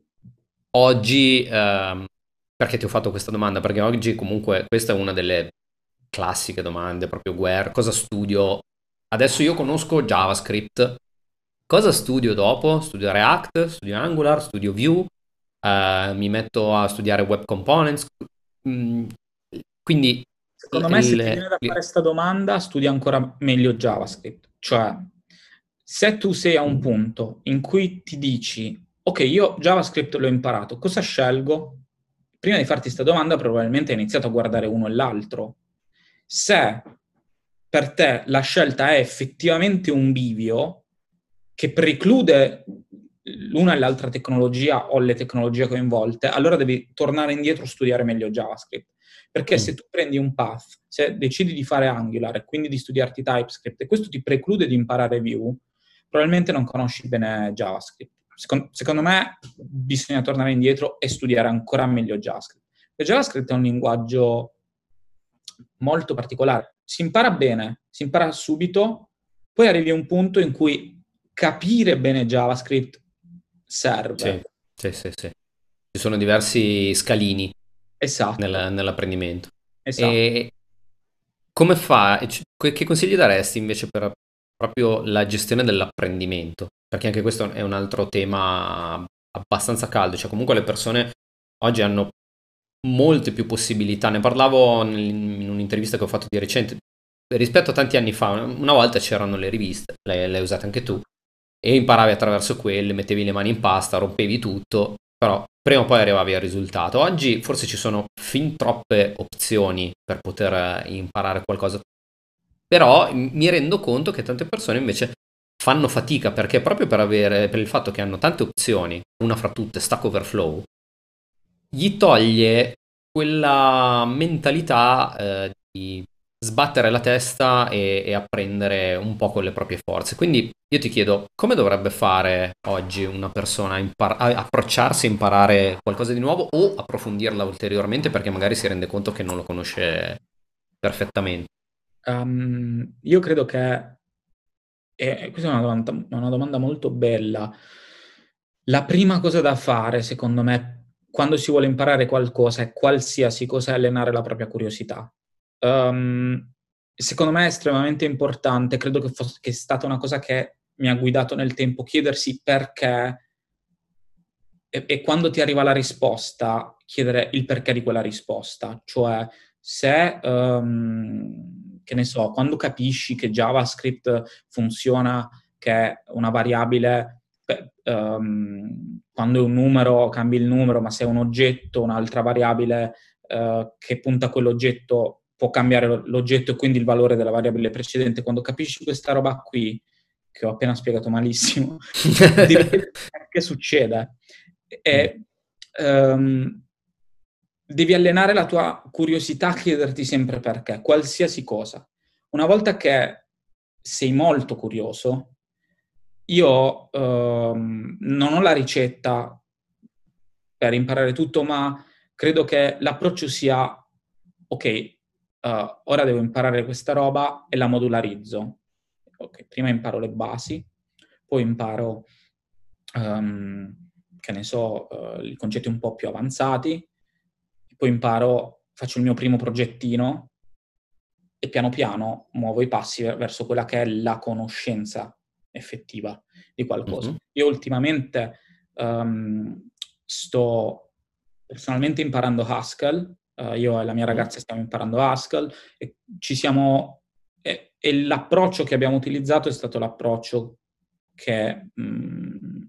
oggi, ehm, perché ti ho fatto questa domanda? Perché oggi comunque questa è una delle classiche domande, proprio guerra, cosa studio? Adesso io conosco JavaScript, cosa studio dopo? Studio React, studio Angular, studio Vue, eh, mi metto a studiare web components. Mm, quindi Secondo me, se ti il- viene da il- fare questa domanda, studi ancora meglio JavaScript. Cioè, se tu sei a un punto in cui ti dici, ok, io JavaScript l'ho imparato, cosa scelgo? Prima di farti questa domanda, probabilmente hai iniziato a guardare uno e l'altro. Se per te la scelta è effettivamente un bivio che preclude l'una e l'altra tecnologia o le tecnologie coinvolte, allora devi tornare indietro e studiare meglio JavaScript. Perché se mm, tu prendi un path, se decidi di fare Angular e quindi di studiarti TypeScript e questo ti preclude di imparare Vue, probabilmente non conosci bene JavaScript. Secondo, secondo me bisogna tornare indietro e studiare ancora meglio JavaScript. Perché JavaScript è un linguaggio molto particolare. Si impara bene, si impara subito, poi arrivi a un punto in cui capire bene JavaScript sì, serve. sì, sì, sì. Ci sono diversi scalini Esatto, nel- nell'apprendimento. esatto. E come fa? e c- que- Che consigli daresti invece per proprio la gestione dell'apprendimento? Perché anche questo è un altro tema abbastanza caldo, cioè comunque le persone oggi hanno molte più possibilità. Ne parlavo nel- in un'intervista che ho fatto di recente. Rispetto a tanti anni fa, una volta c'erano le riviste, le, le hai usate anche tu, e imparavi attraverso quelle, mettevi le mani in pasta, rompevi tutto, però prima o poi arrivavi al risultato. Oggi forse ci sono fin troppe opzioni per poter eh, imparare qualcosa, però m- mi rendo conto che tante persone invece fanno fatica perché proprio per avere, per il fatto che hanno tante opzioni, una fra tutte, Stack Overflow, gli toglie quella mentalità eh, di sbattere la testa e, e apprendere un po' con le proprie forze. Quindi io ti chiedo, come dovrebbe fare oggi una persona a, impar- a approcciarsi a imparare qualcosa di nuovo o approfondirla ulteriormente perché magari si rende conto che non lo conosce perfettamente? Um, io credo che, e questa è una domanda, una domanda molto bella. La prima cosa da fare, secondo me, quando si vuole imparare qualcosa, è qualsiasi cosa, è allenare la propria curiosità. Um, secondo me è estremamente importante, credo che, fosse, che è stata una cosa che mi ha guidato nel tempo, chiedersi perché e, e quando ti arriva la risposta, chiedere il perché di quella risposta, cioè se, um, che ne so, quando capisci che JavaScript funziona, che una variabile, beh, um, quando è un numero cambi il numero, ma se è un oggetto, un'altra variabile uh, che punta a quell'oggetto può cambiare l'oggetto e quindi il valore della variabile precedente. Quando capisci questa roba qui, che ho appena spiegato malissimo, devi chiedere che succede. Mm. E, um, devi allenare la tua curiosità a chiederti sempre perché, qualsiasi cosa. Una volta che sei molto curioso, io um, non ho la ricetta per imparare tutto, ma credo che l'approccio sia, ok, uh, ora devo imparare questa roba e la modularizzo. Ok, prima imparo le basi, poi imparo, um, che ne so, uh, i concetti un po' più avanzati, poi imparo, faccio il mio primo progettino e piano piano muovo i passi verso quella che è la conoscenza effettiva di qualcosa. Mhm. Io ultimamente um, sto personalmente imparando Haskell, uh, io e la mia Mhm. ragazza stiamo imparando Haskell e ci siamo e, e l'approccio che abbiamo utilizzato è stato l'approccio che mh,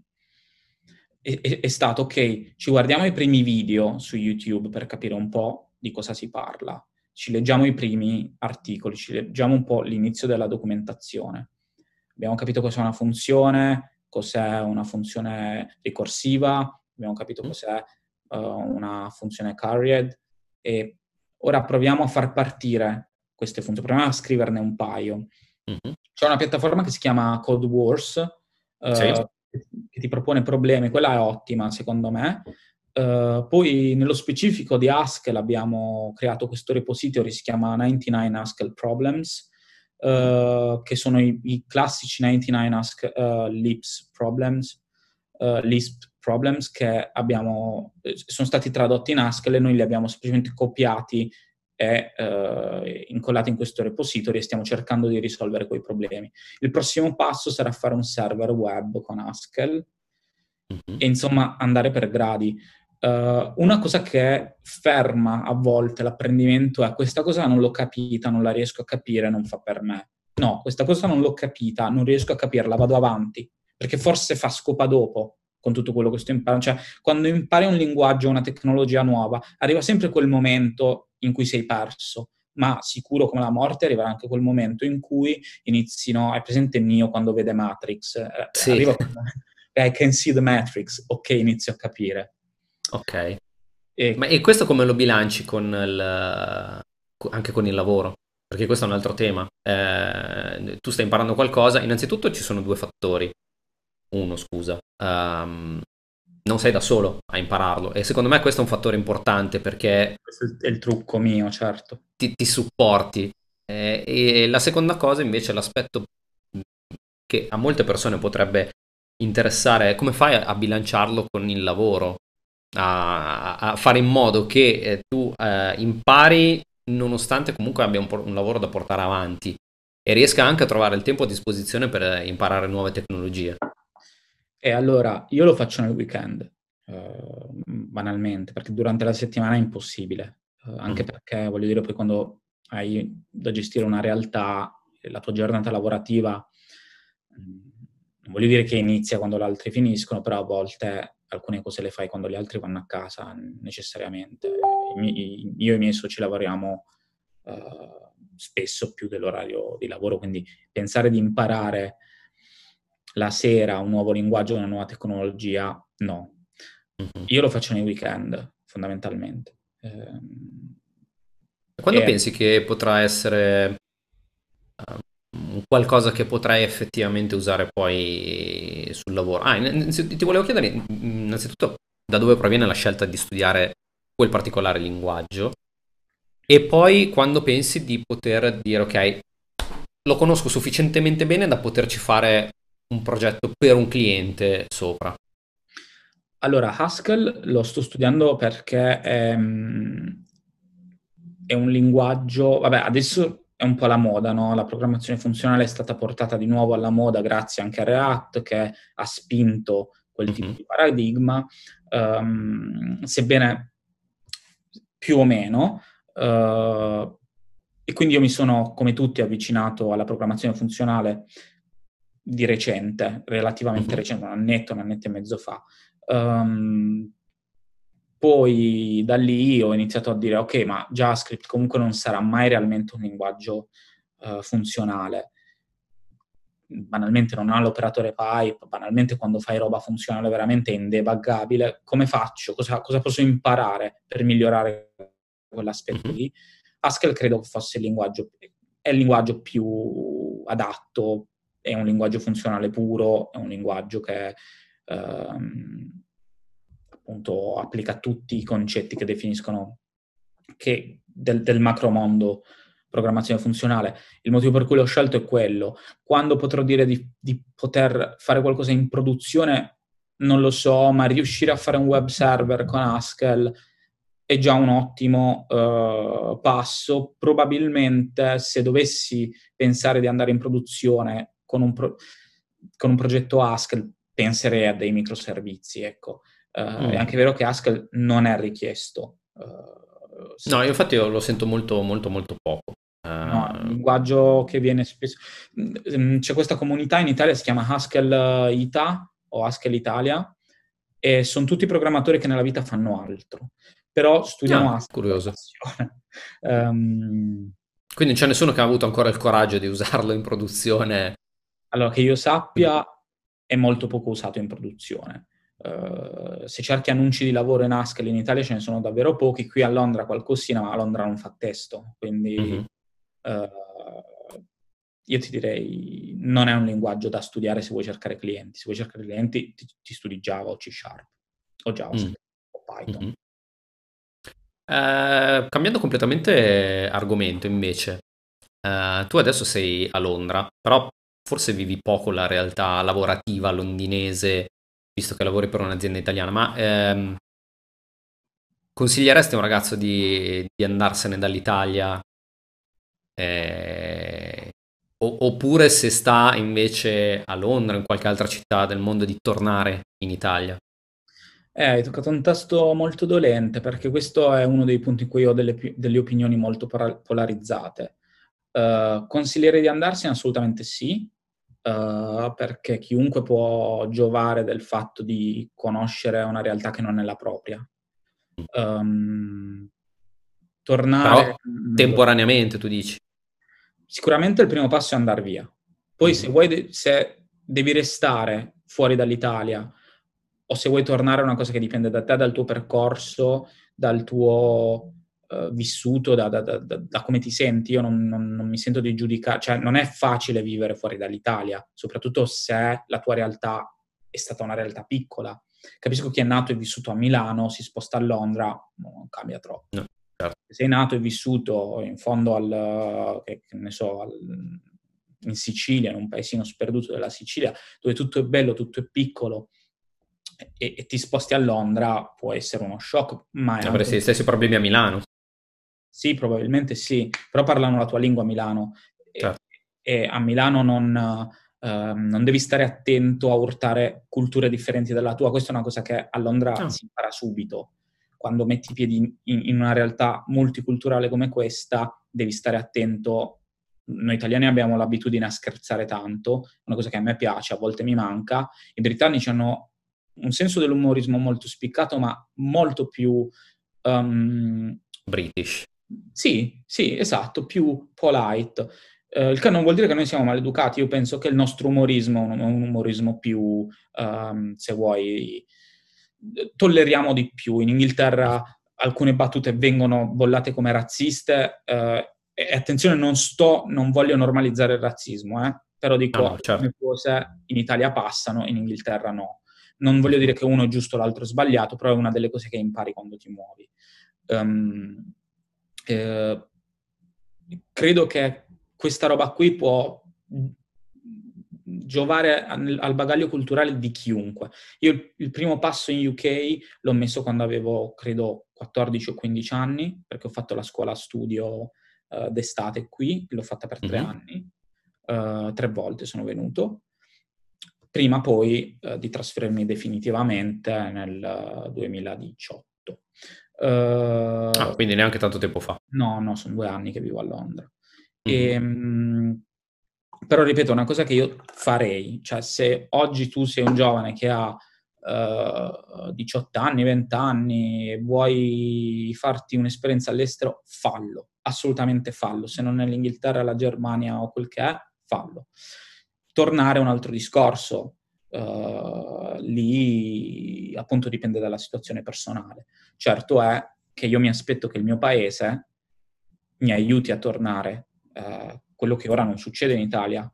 è, è, è stato ok, ci guardiamo i primi video su YouTube per capire un po' di cosa si parla, ci leggiamo i primi articoli, ci leggiamo un po' l'inizio della documentazione. Abbiamo capito cos'è una funzione, cos'è una funzione ricorsiva, abbiamo capito Mhm. cos'è uh, una funzione carried e ora proviamo a far partire queste funzioni, proviamo a scriverne un paio. Mhm. C'è una piattaforma che si chiama Code Wars, Sì. uh, che ti propone problemi, quella è ottima secondo me. Uh, poi nello specifico di Haskell abbiamo creato questo repository, si chiama novantanove Haskell Problems, uh, che sono i, i classici novantanove Haskell, uh, Lisp Problems, uh, Lisp Problems che abbiamo, sono stati tradotti in Haskell e noi li abbiamo semplicemente copiati e uh, incollati in questo repository e stiamo cercando di risolvere quei problemi. Il prossimo passo sarà fare un server web con Haskell Mhm. e insomma andare per gradi. Uh, una cosa che ferma a volte l'apprendimento è questa cosa non l'ho capita, non la riesco a capire, non fa per me. No, questa cosa non l'ho capita, non riesco a capirla, vado avanti, perché forse fa scopa dopo con tutto quello che sto imparando. Cioè, quando impari un linguaggio, una tecnologia nuova, arriva sempre quel momento in cui sei perso, ma sicuro come la morte arriverà anche quel momento in cui inizino, è presente Neo quando vede Matrix, eh, Sì. arriva quel momento, I can see the Matrix, ok, inizio a capire. Ok. Ma E e questo come lo bilanci con il, co- anche con il lavoro? Perché questo è un altro tema. Eh, tu stai imparando qualcosa, innanzitutto ci sono due fattori. Uno, scusa, ehm, non sei da solo a impararlo e secondo me questo è un fattore importante perché questo è il trucco mio, certo. ti, ti supporti. Eh, e la seconda cosa invece è l'aspetto che a molte persone potrebbe interessare, è come fai a, a bilanciarlo con il lavoro? A, a fare in modo che eh, tu eh, impari nonostante comunque abbia un, por- un lavoro da portare avanti e riesca anche a trovare il tempo a disposizione per eh, imparare nuove tecnologie. E allora io lo faccio nel weekend, eh, banalmente, perché durante la settimana è impossibile, eh, anche Mhm. perché voglio dire, poi quando hai da gestire una realtà, eh, la tua giornata lavorativa, mh, non voglio dire che inizia quando gli altri finiscono, però a volte alcune cose le fai quando gli altri vanno a casa, necessariamente. I miei- io e i miei soci lavoriamo eh, spesso più dell'orario di lavoro, quindi pensare di imparare la sera un nuovo linguaggio, una nuova tecnologia, no. Mhm. Io lo faccio nei weekend, fondamentalmente. Ehm, Quando e pensi che potrà essere eh, un qualcosa che potrai effettivamente usare poi sul lavoro? Ah, innanzi- ti volevo chiedere innanzitutto da dove proviene la scelta di studiare quel particolare linguaggio e poi quando pensi di poter dire ok, lo conosco sufficientemente bene da poterci fare un progetto per un cliente sopra. allora, Haskell lo sto studiando perché ehm, è un linguaggio, vabbè, adesso è un po' la moda, no? La programmazione funzionale è stata portata di nuovo alla moda grazie anche a React, che ha spinto quel tipo Mhm. di paradigma, um, sebbene più o meno, uh, e quindi io mi sono, come tutti, avvicinato alla programmazione funzionale di recente, relativamente Mhm. recente, un annetto, un annetto e mezzo fa. Um, poi da lì ho iniziato a dire, ok, ma JavaScript comunque non sarà mai realmente un linguaggio uh, funzionale. Banalmente non ha l'operatore pipe, banalmente quando fai roba funzionale veramente indebuggabile, come faccio? Cosa, cosa posso imparare per migliorare quell'aspetto Mhm. lì? Haskell credo che fosse il linguaggio, è il linguaggio più adatto, è un linguaggio funzionale puro, è un linguaggio che ehm, appunto applica tutti i concetti che definiscono che del, del macromondo programmazione funzionale. Il motivo per cui l'ho scelto è quello. Quando potrò dire di, di poter fare qualcosa in produzione, non lo so, ma riuscire a fare un web server con Haskell è già un ottimo uh, passo. Probabilmente se dovessi pensare di andare in produzione con un, pro- con un progetto Haskell, penserei a dei microservizi, ecco. Uh, è Mm. anche vero che Haskell non è richiesto. Uh, No, se, io infatti io lo sento molto, molto, molto poco. No, è un Eh, linguaggio che viene spesso... Mm, C'è questa comunità in Italia, si chiama Haskell Ita o Haskell Italia, e sono tutti programmatori che nella vita fanno altro, però studiano Ah, Haskell per curioso. passione. Um, Quindi non c'è nessuno che ha avuto ancora il coraggio di usarlo in produzione. allora, che io Quindi, sappia, è molto poco usato in produzione. Uh, se cerchi annunci di lavoro in Haskell in Italia ce ne sono davvero pochi, qui a Londra qualcosina, ma a Londra non fa testo, quindi... mhm. Uh, io ti direi non è un linguaggio da studiare se vuoi cercare clienti. Se vuoi cercare clienti ti, ti studi Java o C Sharp o Mm, JavaScript o Python. mhm. Eh, cambiando completamente argomento invece, eh, tu adesso sei a Londra, però forse vivi poco la realtà lavorativa londinese, visto che lavori per un'azienda italiana, ma ehm, consiglieresti a un ragazzo di, di andarsene dall'Italia? Eh, o- oppure se sta invece a Londra o in qualche altra città del mondo di tornare in Italia? Eh, hai toccato un tasto molto dolente perché questo è uno dei punti in cui ho delle, pi- delle opinioni molto para- polarizzate. Eh, consigliere di andarsene? Assolutamente sì, eh, perché chiunque può giovare del fatto di conoscere una realtà che non è la propria. Ehm, Però tornare nello temporaneamente tu dici. Sicuramente il primo passo è andare via. Poi se Mhm. vuoi, de- se devi restare fuori dall'Italia o se vuoi tornare a una cosa che dipende da te, dal tuo percorso, dal tuo eh, vissuto, da, da- da- da- da come ti senti, io non, non- non mi sento di giudicare, cioè non è facile vivere fuori dall'Italia, soprattutto se la tua realtà è stata una realtà piccola. Capisco chi è nato e vissuto a Milano, si sposta a Londra, non cambia troppo. No, certo. Se sei nato e vissuto in fondo al, che, che ne so, al, in Sicilia, in un paesino sperduto della Sicilia, dove tutto è bello, tutto è piccolo, e, e ti sposti a Londra, può essere uno shock, ma è anche Avresti un... gli stessi problemi a Milano. Sì, probabilmente sì, però parlano la tua lingua a Milano e, Certo. e a Milano non, ehm, non devi stare attento a urtare culture differenti dalla tua. Questa è una cosa che a Londra Ah, si impara subito. Quando metti i piedi in, in una realtà multiculturale come questa, devi stare attento. Noi italiani abbiamo l'abitudine a scherzare tanto, una cosa che a me piace, a volte mi manca. I britannici hanno un senso dell'umorismo molto spiccato, ma molto più... um, British. sì, sì, esatto, più polite. Eh, il che non vuol dire che noi siamo maleducati, io penso che il nostro umorismo è un, un umorismo più, ehm, se vuoi, tolleriamo di più. In Inghilterra alcune battute vengono bollate come razziste, eh, e attenzione, non sto, non voglio normalizzare il razzismo, eh, però No, dico, no, certo. alcune cose in Italia passano, in Inghilterra no. Non voglio Mhm. dire che uno è giusto, l'altro è sbagliato, però è una delle cose che impari quando ti muovi. Um, eh, credo che questa roba qui può giovare al, al bagaglio culturale di chiunque. Io il, il primo passo in U K l'ho messo quando avevo, credo, quattordici o quindici anni, perché ho fatto la scuola studio uh, d'estate qui, l'ho fatta per tre Mhm. anni, uh, tre volte sono venuto, prima poi uh, di trasferirmi definitivamente nel duemiladiciotto. Ah, Uh, quindi neanche tanto tempo fa. no, no, sono due anni che vivo a Londra. Mhm. E, mh, però ripeto, una cosa che io farei, cioè se oggi tu sei un giovane che ha uh, diciotto anni, venti anni e vuoi farti un'esperienza all'estero, fallo, assolutamente fallo. Se non è l'Inghilterra, la Germania o quel che è, fallo. Tornare è un altro discorso. Uh, lì appunto dipende dalla situazione personale. Certo è che io mi aspetto che il mio paese mi aiuti a tornare, uh, quello che ora non succede in Italia.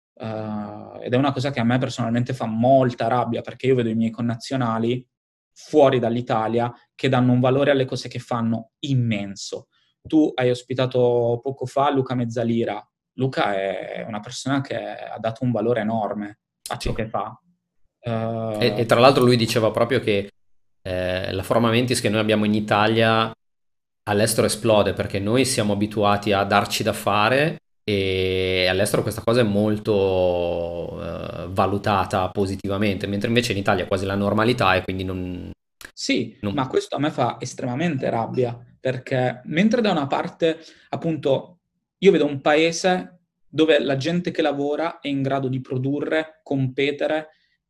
Uh, ed è una cosa che a me personalmente fa molta rabbia, perché io vedo i miei connazionali fuori dall'Italia che danno un valore alle cose che fanno immenso. Tu hai ospitato poco fa Luca Mezzalira. Luca è una persona che ha dato un valore enorme a ciò Sì. che fa. E, Uh, e tra l'altro lui diceva proprio che eh, la forma mentis che noi abbiamo in Italia all'estero esplode perché noi siamo abituati a darci da fare e all'estero questa cosa è molto eh, valutata positivamente, mentre invece in Italia è quasi la normalità e quindi non, Sì, non- ma questo a me fa estremamente rabbia, perché mentre da una parte, appunto, io vedo un paese dove la gente che lavora è in grado di produrre, competere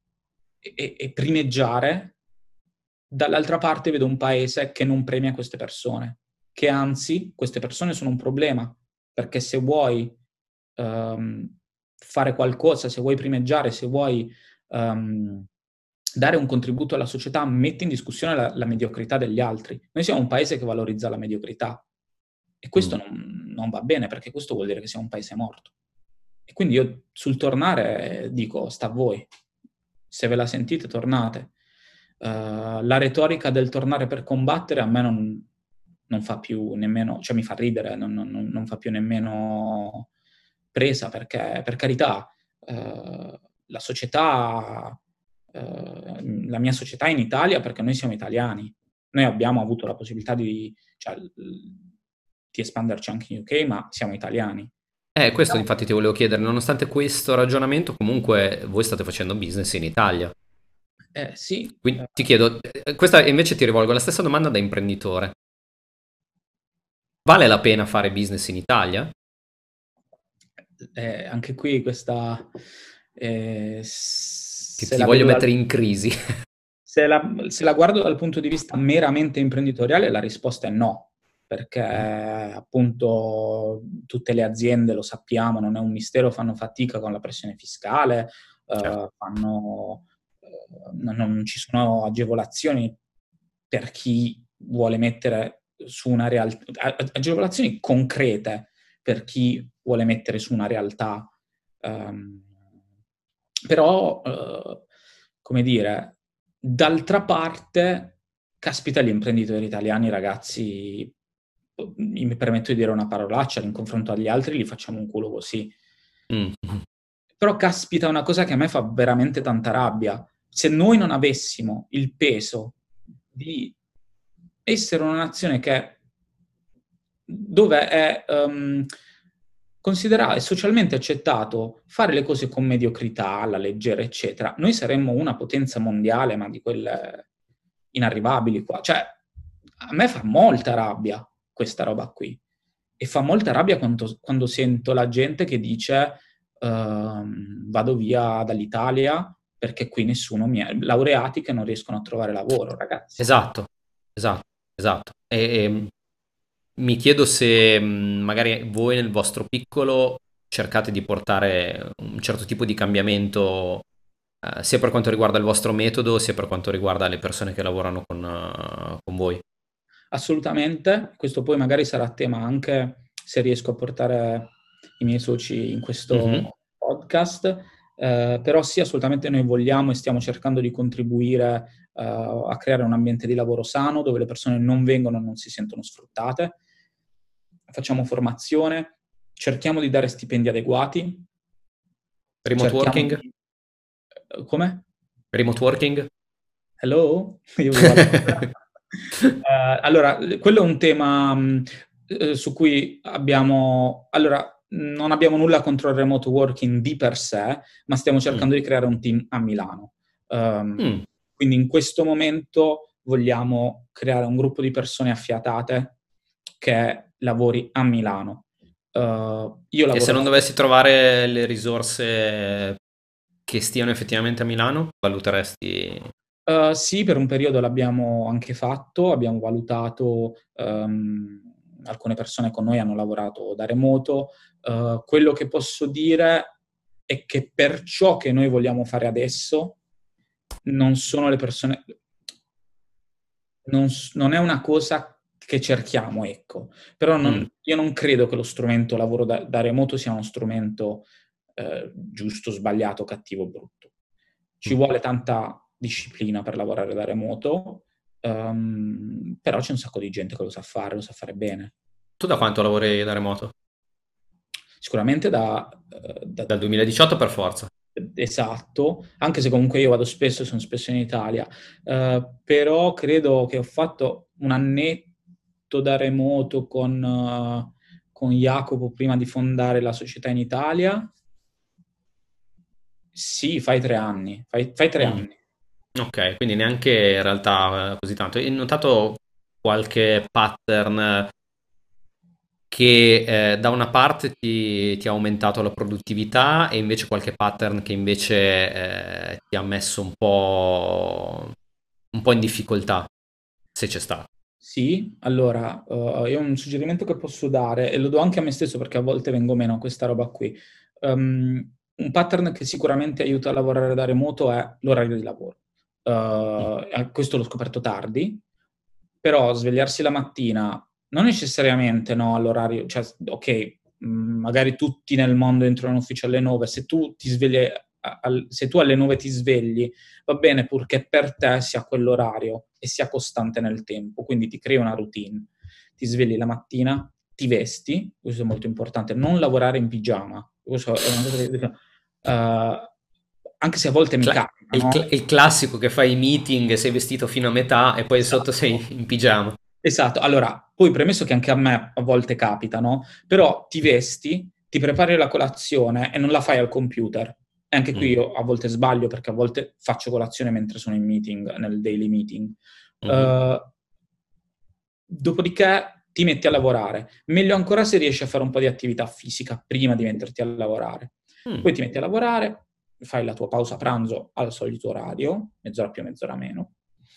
e, e primeggiare, dall'altra parte vedo un paese che non premia queste persone, che anzi, queste persone sono un problema, perché se vuoi um, fare qualcosa, se vuoi primeggiare, se vuoi um, dare un contributo alla società, metti in discussione la, la mediocrità degli altri. Noi siamo un paese che valorizza la mediocrità e questo mm. non, non va bene, perché questo vuol dire che siamo un paese morto. E quindi io sul tornare dico, sta a voi. Se ve la sentite, tornate. Uh, la retorica del tornare per combattere a me non, non fa più nemmeno, cioè mi fa ridere, non, non, non fa più nemmeno presa, perché per carità, uh, la società, uh, la mia società in Italia, perché noi siamo italiani, noi abbiamo avuto la possibilità di, cioè, di espanderci anche in U K, ma siamo italiani. Eh, questo infatti ti volevo chiedere, nonostante questo ragionamento, comunque voi state facendo business in Italia. Eh, sì, Quindi eh, ti chiedo, eh, questa invece ti rivolgo la stessa domanda da imprenditore. Vale la pena fare business in Italia? eh, anche qui questa, eh, Ti, se ti la voglio vedo dal, mettere in crisi. se la, se la guardo dal punto di vista meramente imprenditoriale, la risposta è no, perché appunto tutte le aziende, lo sappiamo, non è un mistero, fanno fatica con la pressione fiscale, Certo. eh, fanno, eh, non, non ci sono agevolazioni per chi vuole mettere su una realtà, agevolazioni concrete per chi vuole mettere su una realtà. Um, però, uh, come dire, d'altra parte, caspita, gli imprenditori italiani, ragazzi, mi permetto di dire una parolaccia, in confronto agli altri li facciamo un culo così. Mm. Però caspita, è una cosa che a me fa veramente tanta rabbia. Se noi non avessimo il peso di essere una nazione che dove è um, considerato e socialmente accettato fare le cose con mediocrità, alla leggera, eccetera, noi saremmo una potenza mondiale, ma di quelle inarrivabili qua. Cioè, a me fa molta rabbia questa roba qui. E fa molta rabbia quando, quando sento la gente che dice ehm, vado via dall'Italia perché qui nessuno mi è... laureati che non riescono a trovare lavoro, ragazzi. Esatto, esatto, esatto. E, e mi chiedo se mh, magari voi nel vostro piccolo cercate di portare un certo tipo di cambiamento, eh, sia per quanto riguarda il vostro metodo, sia per quanto riguarda le persone che lavorano con, eh, con voi. Assolutamente, questo poi magari sarà tema anche se riesco a portare i miei soci in Mhm. questo podcast, eh, però sì, assolutamente noi vogliamo e stiamo cercando di contribuire eh, a creare un ambiente di lavoro sano dove le persone non vengono e non si sentono sfruttate. Facciamo formazione, cerchiamo di dare stipendi adeguati, Remote cerchiamo working? di... eh, Come? Remote working? Hello? Io vivo a Londra. Eh, allora, quello è un tema mh, eh, su cui abbiamo... Allora, non abbiamo nulla contro il remote working di per sé, ma stiamo Mm. cercando di creare un team a Milano. Um, Mm. quindi in questo momento vogliamo creare un gruppo di persone affiatate che lavori a Milano. Uh, io E se lavoro non da... dovessi trovare le risorse che stiano effettivamente a Milano, valuteresti... Uh, sì, per un periodo l'abbiamo anche fatto, abbiamo valutato, um, alcune persone con noi hanno lavorato da remoto. Uh, quello che posso dire è che per ciò che noi vogliamo fare adesso, non sono le persone, non, s- non è una cosa che cerchiamo, ecco. Però Mm. non- io non credo che lo strumento lavoro da, da remoto sia uno strumento eh, giusto, sbagliato, cattivo, brutto. Ci Mm. vuole tanta disciplina per lavorare da remoto, ehm, però c'è un sacco di gente che lo sa fare, lo sa fare bene. Tu da quanto lavori da remoto? Sicuramente da, eh, da- Dal duemiladiciotto per forza. esatto, anche se comunque io vado spesso, sono spesso in Italia, eh, però credo che ho fatto un annetto da remoto con, eh, con Jacopo prima di fondare la società in Italia. Sì, fai tre anni, fai, fai tre Mm. anni. Ok, quindi neanche in realtà eh, così tanto. Hai notato qualche pattern che eh, da una parte ti, ti ha aumentato la produttività e invece qualche pattern che invece eh, ti ha messo un po', un po' in difficoltà, se c'è stato. Sì, allora, uh, io un suggerimento che posso dare, e lo do anche a me stesso perché a volte vengo meno a questa roba qui. Um, un pattern che sicuramente aiuta a lavorare da remoto è l'orario di lavoro. Mm. Uh, eh, questo l'ho scoperto tardi, però svegliarsi la mattina, non necessariamente no, all'orario, cioè, ok, mh, magari tutti nel mondo entrano in ufficio alle nove, se tu ti svegli, a- al- se tu alle nove ti svegli, va bene purché per te sia quell'orario e sia costante nel tempo, quindi ti crei una routine, ti svegli la mattina, ti vesti, questo è molto importante, non lavorare in pigiama, questo è una cosa che... eh, anche se a volte mi Cla- capita, è il, cl- no? è il classico che fai i meeting, sei vestito fino a metà e poi sotto sei Esatto. in pigiama. Esatto, allora, poi premesso che anche a me a volte capita, no? Però ti vesti, ti prepari la colazione e non la fai al computer. E anche qui Mm. io a volte sbaglio perché a volte faccio colazione mentre sono in meeting, nel daily meeting. Mhm. Uh, dopodiché ti metti a lavorare. Meglio ancora se riesci a fare un po' di attività fisica prima di metterti a lavorare. Mm. Poi ti metti a lavorare, fai la tua pausa pranzo al solito orario, mezz'ora più, mezz'ora meno,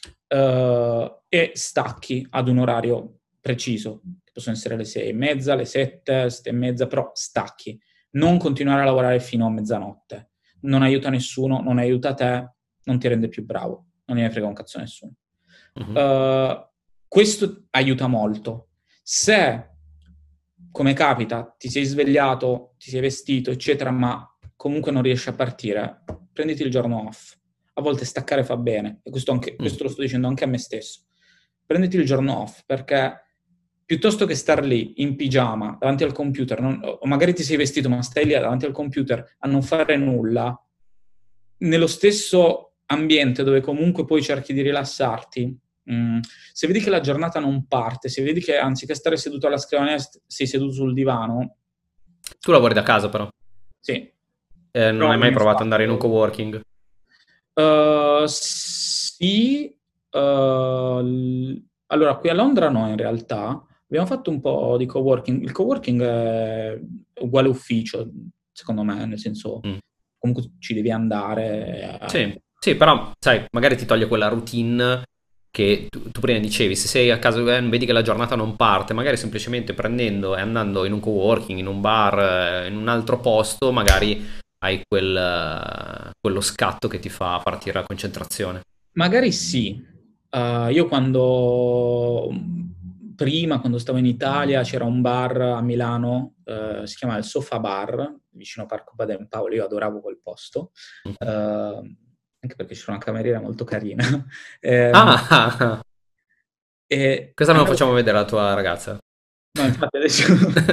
eh, e stacchi ad un orario preciso, che possono essere le sei e mezza, le sette, sette e mezza, però stacchi. Non continuare a lavorare fino a mezzanotte. Non aiuta nessuno, non aiuta te, non ti rende più bravo, non ne frega un cazzo a nessuno. Mhm. Uh, questo aiuta molto. Se, come capita, ti sei svegliato, ti sei vestito, eccetera, ma comunque non riesci a partire, prenditi il giorno off. A volte staccare fa bene, e questo, anche, Mm. questo lo sto dicendo anche a me stesso. Prenditi il giorno off, perché piuttosto che star lì in pigiama davanti al computer, non, o magari ti sei vestito ma stai lì davanti al computer a non fare nulla, nello stesso ambiente dove comunque poi cerchi di rilassarti, mh, se vedi che la giornata non parte, se vedi che anziché stare seduto alla scrivania sei seduto sul divano, Tu lavori da casa però. sì, Eh, non però hai il mai mio provato ad andare in un spazio... coworking? Uh, sì, uh, l- allora qui a Londra no, in realtà abbiamo fatto un po' di coworking. Il coworking è uguale ufficio, secondo me, nel senso Mm. comunque ci devi andare. Sì, eh, sì, però sai, magari ti toglie quella routine che tu, tu prima dicevi, se sei a casa e vedi che la giornata non parte, magari semplicemente prendendo e andando in un coworking, in un bar, eh, in un altro posto, magari hai quel, eh, quello scatto che ti fa partire la concentrazione. Magari sì. Uh, io quando prima, quando stavo in Italia, c'era un bar a Milano, eh, si chiama il Sofa Bar, vicino a Parco Baden Powell. Io adoravo quel posto, Mhm. eh, anche perché c'era una cameriera molto carina. Ehm, Ah, ah, ah. e Questa me lo andavo... facciamo vedere alla tua ragazza. No, infatti adesso...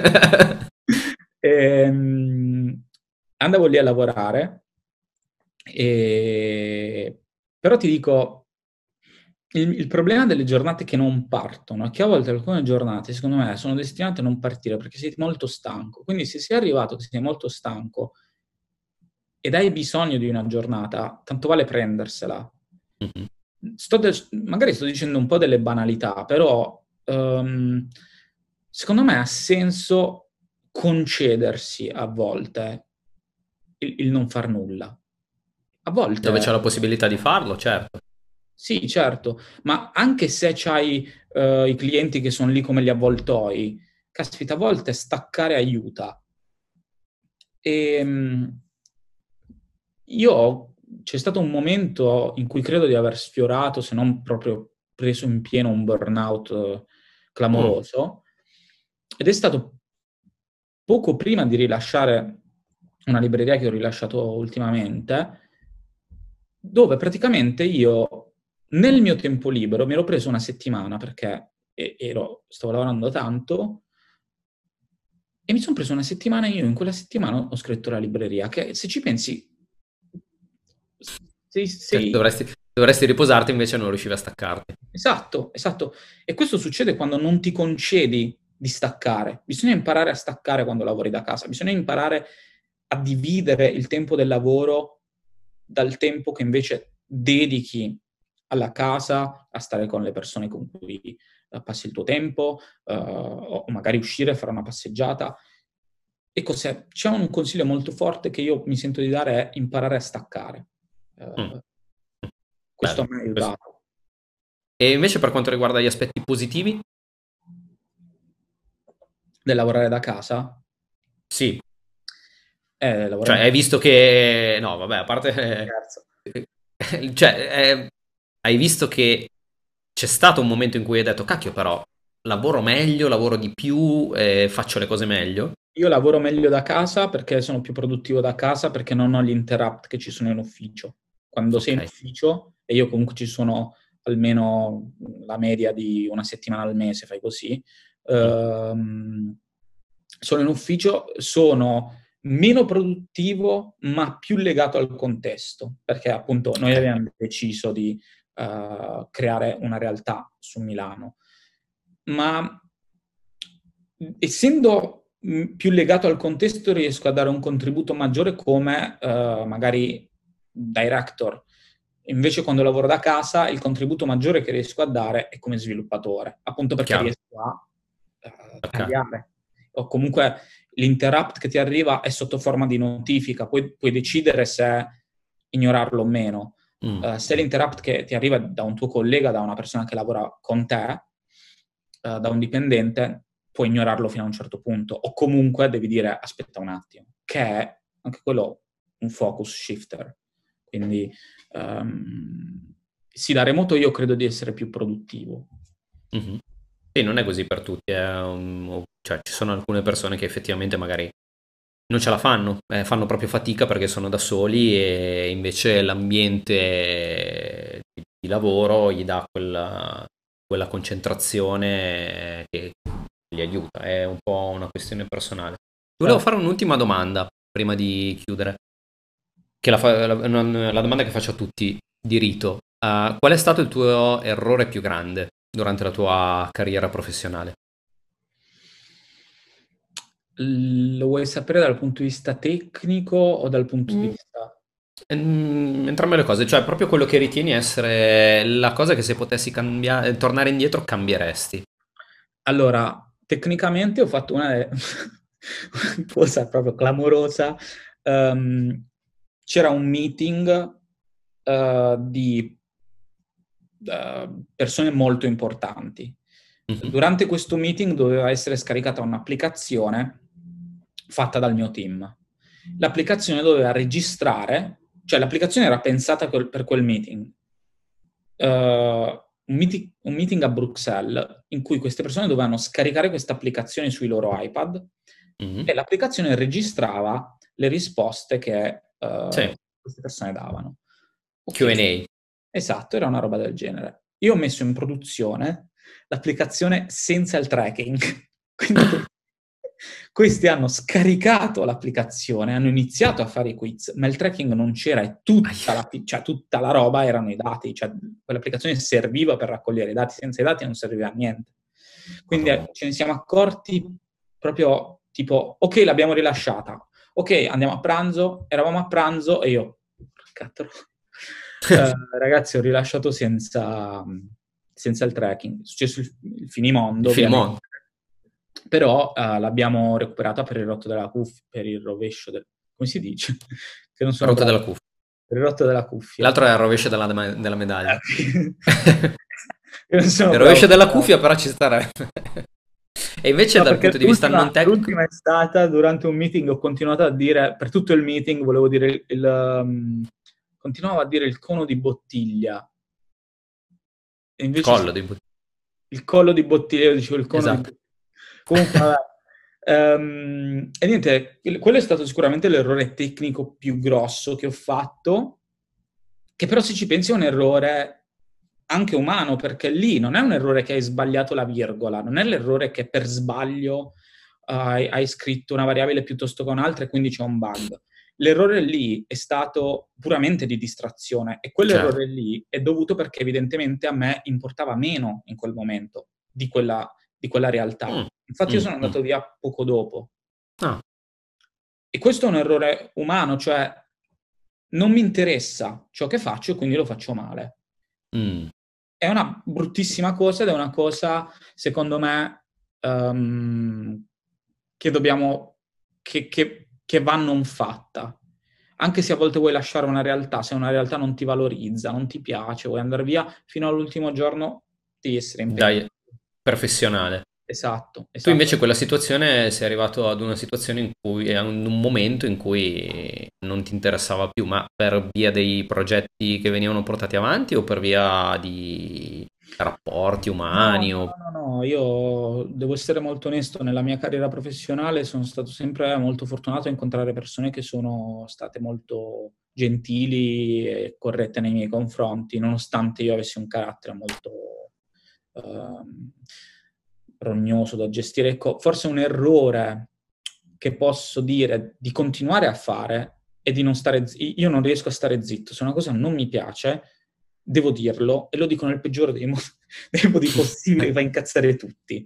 Ehm, andavo lì a lavorare, e... però ti dico, Il il problema delle giornate che non partono è che a volte alcune giornate, secondo me, sono destinate a non partire perché sei molto stanco. Quindi se sei arrivato che sei molto stanco ed hai bisogno di una giornata, tanto vale prendersela. Mh-mh. Sto de- magari sto dicendo un po' delle banalità, però ehm, secondo me ha senso concedersi a volte il, il non far nulla. A Dove volte c'è la possibilità di farlo, certo. sì, certo, ma anche se c'hai eh, i clienti che sono lì come gli avvoltoi, caspita, a volte staccare aiuta. E, mh, io ho- c'è stato un momento in cui credo di aver sfiorato, se non proprio preso in pieno un burnout eh, Mh. clamoroso, ed è stato poco prima di rilasciare una libreria che ho rilasciato ultimamente, dove praticamente io nel mio tempo libero mi ero preso una settimana perché e- ero, stavo lavorando tanto e mi sono preso una settimana e io in quella settimana ho scritto la libreria, che se ci pensi, sei, Cioè, sei- dovresti dovresti riposarti, invece non riuscivi a staccarti. esatto, esatto. E questo succede quando non ti concedi di staccare. Bisogna imparare a staccare quando lavori da casa, bisogna imparare a dividere il tempo del lavoro dal tempo che invece dedichi alla casa, a stare con le persone con cui eh, passi il tuo tempo, eh, o magari uscire, fare una passeggiata. Ecco, se c'è un consiglio molto forte che io mi sento di dare è imparare a staccare. Mh. Eh, Mh. questo Bello. mi ha Ques aiutato. E invece per quanto riguarda gli aspetti positivi? Del lavorare da casa, Sì. eh, lavorare Cioè, in hai visto che no, vabbè, a parte scherzo. cioè, ehm, hai visto che c'è stato un momento in cui hai detto: "Cacchio però, lavoro meglio, lavoro di più, ehm, faccio le cose meglio"? Io lavoro meglio da casa perché sono più produttivo da casa perché non ho gli interrupt che ci sono in ufficio. Quando sei in Okay. ufficio, e io comunque ci sono almeno la media di una settimana al mese, fai così, Mh. ehm, sono in ufficio, sono meno produttivo ma più legato al contesto, perché appunto noi Okay. abbiamo deciso di eh, creare una realtà su Milano. Ma essendo mh, più legato al contesto riesco a dare un contributo maggiore come eh, magari director. Invece quando lavoro da casa il contributo maggiore che riesco a dare è come sviluppatore, appunto perché Chiaro. riesco a eh, Okay. tagliare. O comunque l'interrupt che ti arriva è sotto forma di notifica, poi puoi decidere se ignorarlo o meno. Mh. Uh, se l'interrupt che ti arriva da un tuo collega, da una persona che lavora con te, uh, da un dipendente, puoi ignorarlo fino a un certo punto, o comunque devi dire aspetta un attimo, che è anche quello un focus shifter. Quindi um, sì, da remoto io credo di essere più produttivo. Mh-mh. Sì, non è così per tutti, eh, um, cioè ci sono alcune persone che effettivamente magari non ce la fanno, eh, fanno proprio fatica perché sono da soli e invece l'ambiente di, di lavoro gli dà quella, quella concentrazione che li aiuta, è un po' una questione personale. Ti volevo Cioè, fare un'ultima domanda prima di chiudere, che la, fa- la- una- la domanda che faccio a tutti di rito. Uh, qual è stato il tuo errore più grande durante la tua carriera professionale? lo vuoi sapere dal punto di vista tecnico o dal punto di Mm, vista... Ehm, Entrambe le cose, cioè proprio quello che ritieni essere la cosa che se potessi cambiare, tornare indietro cambieresti. Allora, tecnicamente ho fatto una, una cosa proprio clamorosa. Ehm, c'era un meeting eh, di eh, persone molto importanti. Mhm. Durante questo meeting doveva essere scaricata un'applicazione fatta dal mio team. L'applicazione doveva registrare, cioè l'applicazione era pensata quel- per quel meeting. Eh, un, meeting, un meeting a Bruxelles in cui queste persone dovevano scaricare questa applicazione sui loro iPad Mhm. e l'applicazione registrava le risposte che Sì, eh, queste persone davano. Ok, Q and A. esatto, era una roba del genere. Io ho messo in produzione l'applicazione senza il tracking. Quindi Questi hanno scaricato l'applicazione, hanno iniziato a fare i quiz, ma il tracking non c'era e tutta la, cioè, tutta la roba erano i dati, cioè quell'applicazione serviva per raccogliere i dati, senza i dati non serviva a niente. Quindi Madonna. ce ne siamo accorti proprio tipo, ok, l'abbiamo rilasciata, ok, andiamo a pranzo, eravamo a pranzo e io, cazzo, eh, ragazzi, ho rilasciato senza, senza il tracking. È successo il, il finimondo, Il ovviamente. filmone. Però uh, l'abbiamo recuperata per il rotto della cuffia, per il rovescio del... come si dice? Che non sono Rotto bravo. della cuffia. Per il rotto della cuffia. L'altro è il rovescio della, della medaglia. Io non sono Il bravo. rovescio della cuffia però ci starebbe. E invece No, dal punto di vista non tecnico... l'ultima è stata, durante un meeting ho continuato a dire, per tutto il meeting volevo dire il... il um, continuavo a dire il cono di bottiglia. E invece collo si... di bottiglia. Il collo di bottiglia, io dicevo il cono Esatto. di bottiglia. Comunque, vabbè. Um, e niente, quello è stato sicuramente l'errore tecnico più grosso che ho fatto, che però se ci pensi è un errore anche umano, perché lì non è un errore che hai sbagliato la virgola, non è l'errore che per sbaglio uh, hai, hai scritto una variabile piuttosto che un'altra e quindi c'è un bug. L'errore lì è stato puramente di distrazione e quell'errore Certo. lì è dovuto perché evidentemente a me importava meno in quel momento di quella, di quella realtà. Mm. Infatti io Mm. sono andato Mm. via poco dopo. Ah. E questo è un errore umano, cioè non mi interessa ciò che faccio e quindi lo faccio male. Mm. È una bruttissima cosa ed è una cosa, secondo me, um, che dobbiamo, che, che, che va non fatta. Anche se a volte vuoi lasciare una realtà, se una realtà non ti valorizza, non ti piace, vuoi andare via, fino all'ultimo giorno devi essere impegnato. Dai, professionale. Esatto, esatto. Tu invece quella situazione sei arrivato ad una situazione in cui, a un momento in cui non ti interessava più, ma per via dei progetti che venivano portati avanti o per via di rapporti No, umani? O... no, no, no, io devo essere molto onesto, nella mia carriera professionale sono stato sempre molto fortunato a incontrare persone che sono state molto gentili e corrette nei miei confronti, nonostante io avessi un carattere molto ehm, rognoso da gestire. Ecco, forse un errore che posso dire di continuare a fare è di non stare zitto. Io non riesco a stare zitto, se una cosa non mi piace, devo dirlo, e lo dico nel peggiore dei modi, dei modi possibili, che fa incazzare tutti.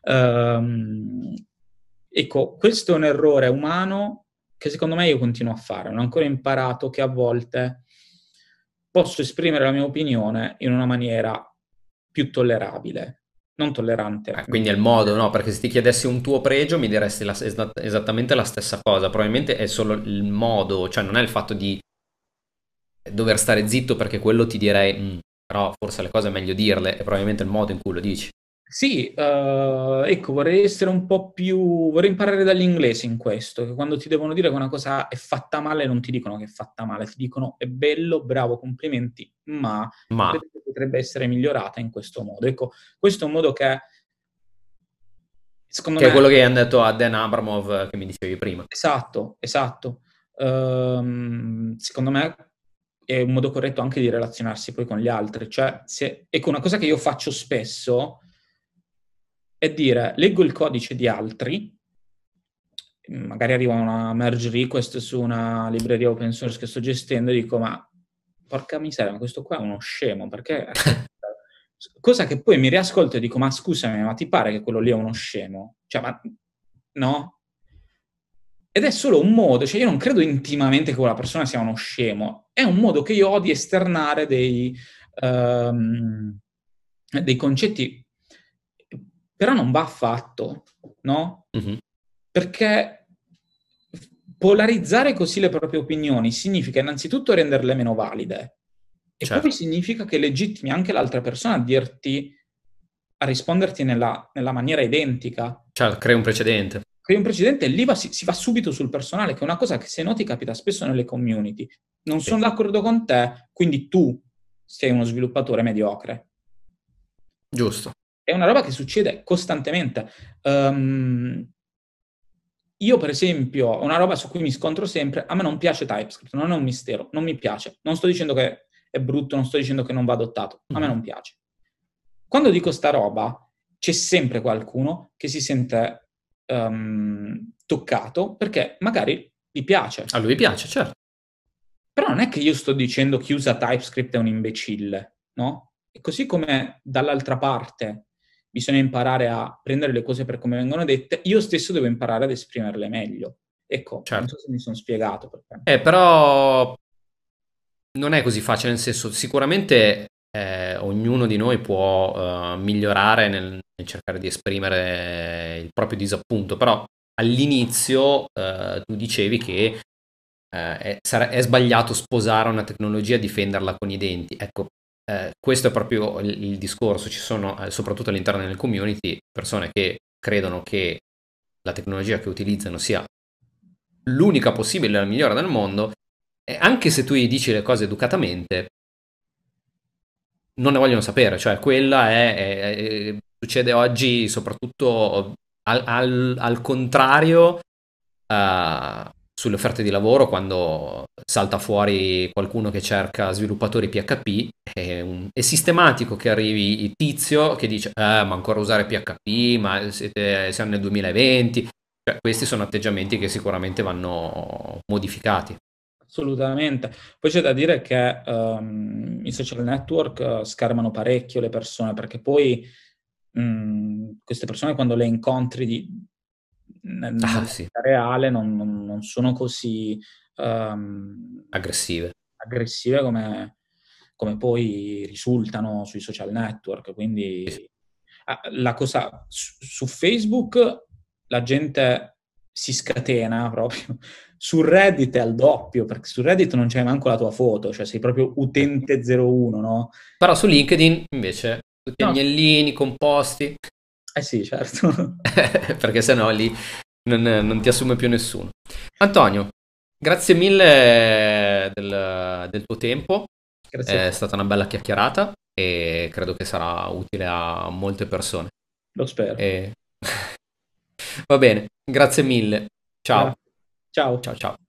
Um, ecco, questo è un errore umano che secondo me io continuo a fare. Non ho ancora imparato che a volte posso esprimere la mia opinione in una maniera più tollerabile, non tollerante. Eh, quindi è il modo, no? Perché se ti chiedessi un tuo pregio mi diresti la- esatt- esattamente la stessa cosa. Probabilmente è solo il modo, cioè non è il fatto di dover stare zitto perché quello ti direi, "Mm, però forse le cose è meglio dirle", è probabilmente il modo in cui lo dici. Sì, eh, ecco, vorrei essere un po' più... vorrei imparare dagli inglesi in questo, che quando ti devono dire che una cosa è fatta male non ti dicono che è fatta male, ti dicono è bello, bravo, complimenti, ma Ma credo che potrebbe essere migliorata in questo modo. Ecco, questo è un modo che, secondo che è quello me... che hai detto a Dan Abramov che mi dicevi prima. Esatto, esatto. Ehm, secondo me è un modo corretto anche di relazionarsi poi con gli altri. Cioè, se, ecco, una cosa che io faccio spesso è dire, leggo il codice di altri, magari arriva una merge request su una libreria open source che sto gestendo e dico, ma porca miseria, ma questo qua è uno scemo, perché... cosa che poi mi riascolto e dico, ma scusami, ma ti pare che quello lì è uno scemo? Cioè, ma... no? Ed è solo un modo, cioè io non credo intimamente che quella persona sia uno scemo, è un modo che io ho di esternare dei, um, dei concetti, però non va fatto, no? Mm-hmm. Perché polarizzare così le proprie opinioni significa innanzitutto renderle meno valide e Certo. poi significa che legittimi anche l'altra persona a dirti, a risponderti nella, nella maniera identica. Cioè, crei un precedente. Crei un precedente e lì va, si, si va subito sul personale, che è una cosa che se noti capita spesso nelle community. Non Sì. sono d'accordo con te, quindi tu sei uno sviluppatore mediocre. Giusto. È una roba che succede costantemente. Um, io, per esempio, una roba su cui mi scontro sempre, a me non piace TypeScript, non è un mistero, non mi piace. Non sto dicendo che è brutto, non sto dicendo che non va adottato, a me Mm-hmm. non piace. Quando dico sta roba, c'è sempre qualcuno che si sente ehm, toccato perché magari gli piace. A lui piace, certo. Però non è che io sto dicendo chi usa TypeScript è un imbecille, no? E così come dall'altra parte bisogna imparare a prendere le cose per come vengono dette, io stesso devo imparare ad esprimerle meglio. Ecco, non Certo. so se mi sono spiegato perché. Eh, però non è così facile, nel senso, sicuramente eh, ognuno di noi può eh, migliorare nel, nel cercare di esprimere il proprio disappunto, però all'inizio eh, tu dicevi che eh, è, sare- è sbagliato sposare una tecnologia e difenderla con i denti. Ecco, eh, questo è proprio il, il discorso. Ci sono, eh, soprattutto all'interno delle community, persone che credono che la tecnologia che utilizzano sia l'unica possibile, la migliore del mondo, e anche se tu gli dici le cose educatamente, non ne vogliono sapere, cioè quella è, è- è- succede oggi soprattutto al, al- al contrario eh, sulle offerte di lavoro quando salta fuori qualcuno che cerca sviluppatori P H P, è, un- è sistematico che arrivi il tizio che dice eh, ma ancora usare P H P, ma siete, siamo nel duemilaventi, cioè, questi sono atteggiamenti che sicuramente vanno modificati. Assolutamente. Poi c'è da dire che ehm, i social network eh, scarmano parecchio le persone, perché poi mh, queste persone quando le incontri di- nel- Ah nella sì, vita reale non, non- non sono così ehm, aggressive. aggressive come, come poi risultano sui social network. Sì, sì. Quindi ah, la cosa su, su Facebook la gente si scatena proprio. Su Reddit è al doppio, perché su Reddit non c'è manco la tua foto, cioè sei proprio Sì. utente zero uno, no? Però su LinkedIn invece tutti No, agnellini composti, eh sì, certo. perché sennò lì non, non ti assume più nessuno. Antonio, grazie mille del, del tuo tempo, Grazie a è te, stata una bella chiacchierata e credo che sarà utile a molte persone. lo spero. E... Va bene, grazie mille. Ciao, Grazie. Ciao. ciao, ciao.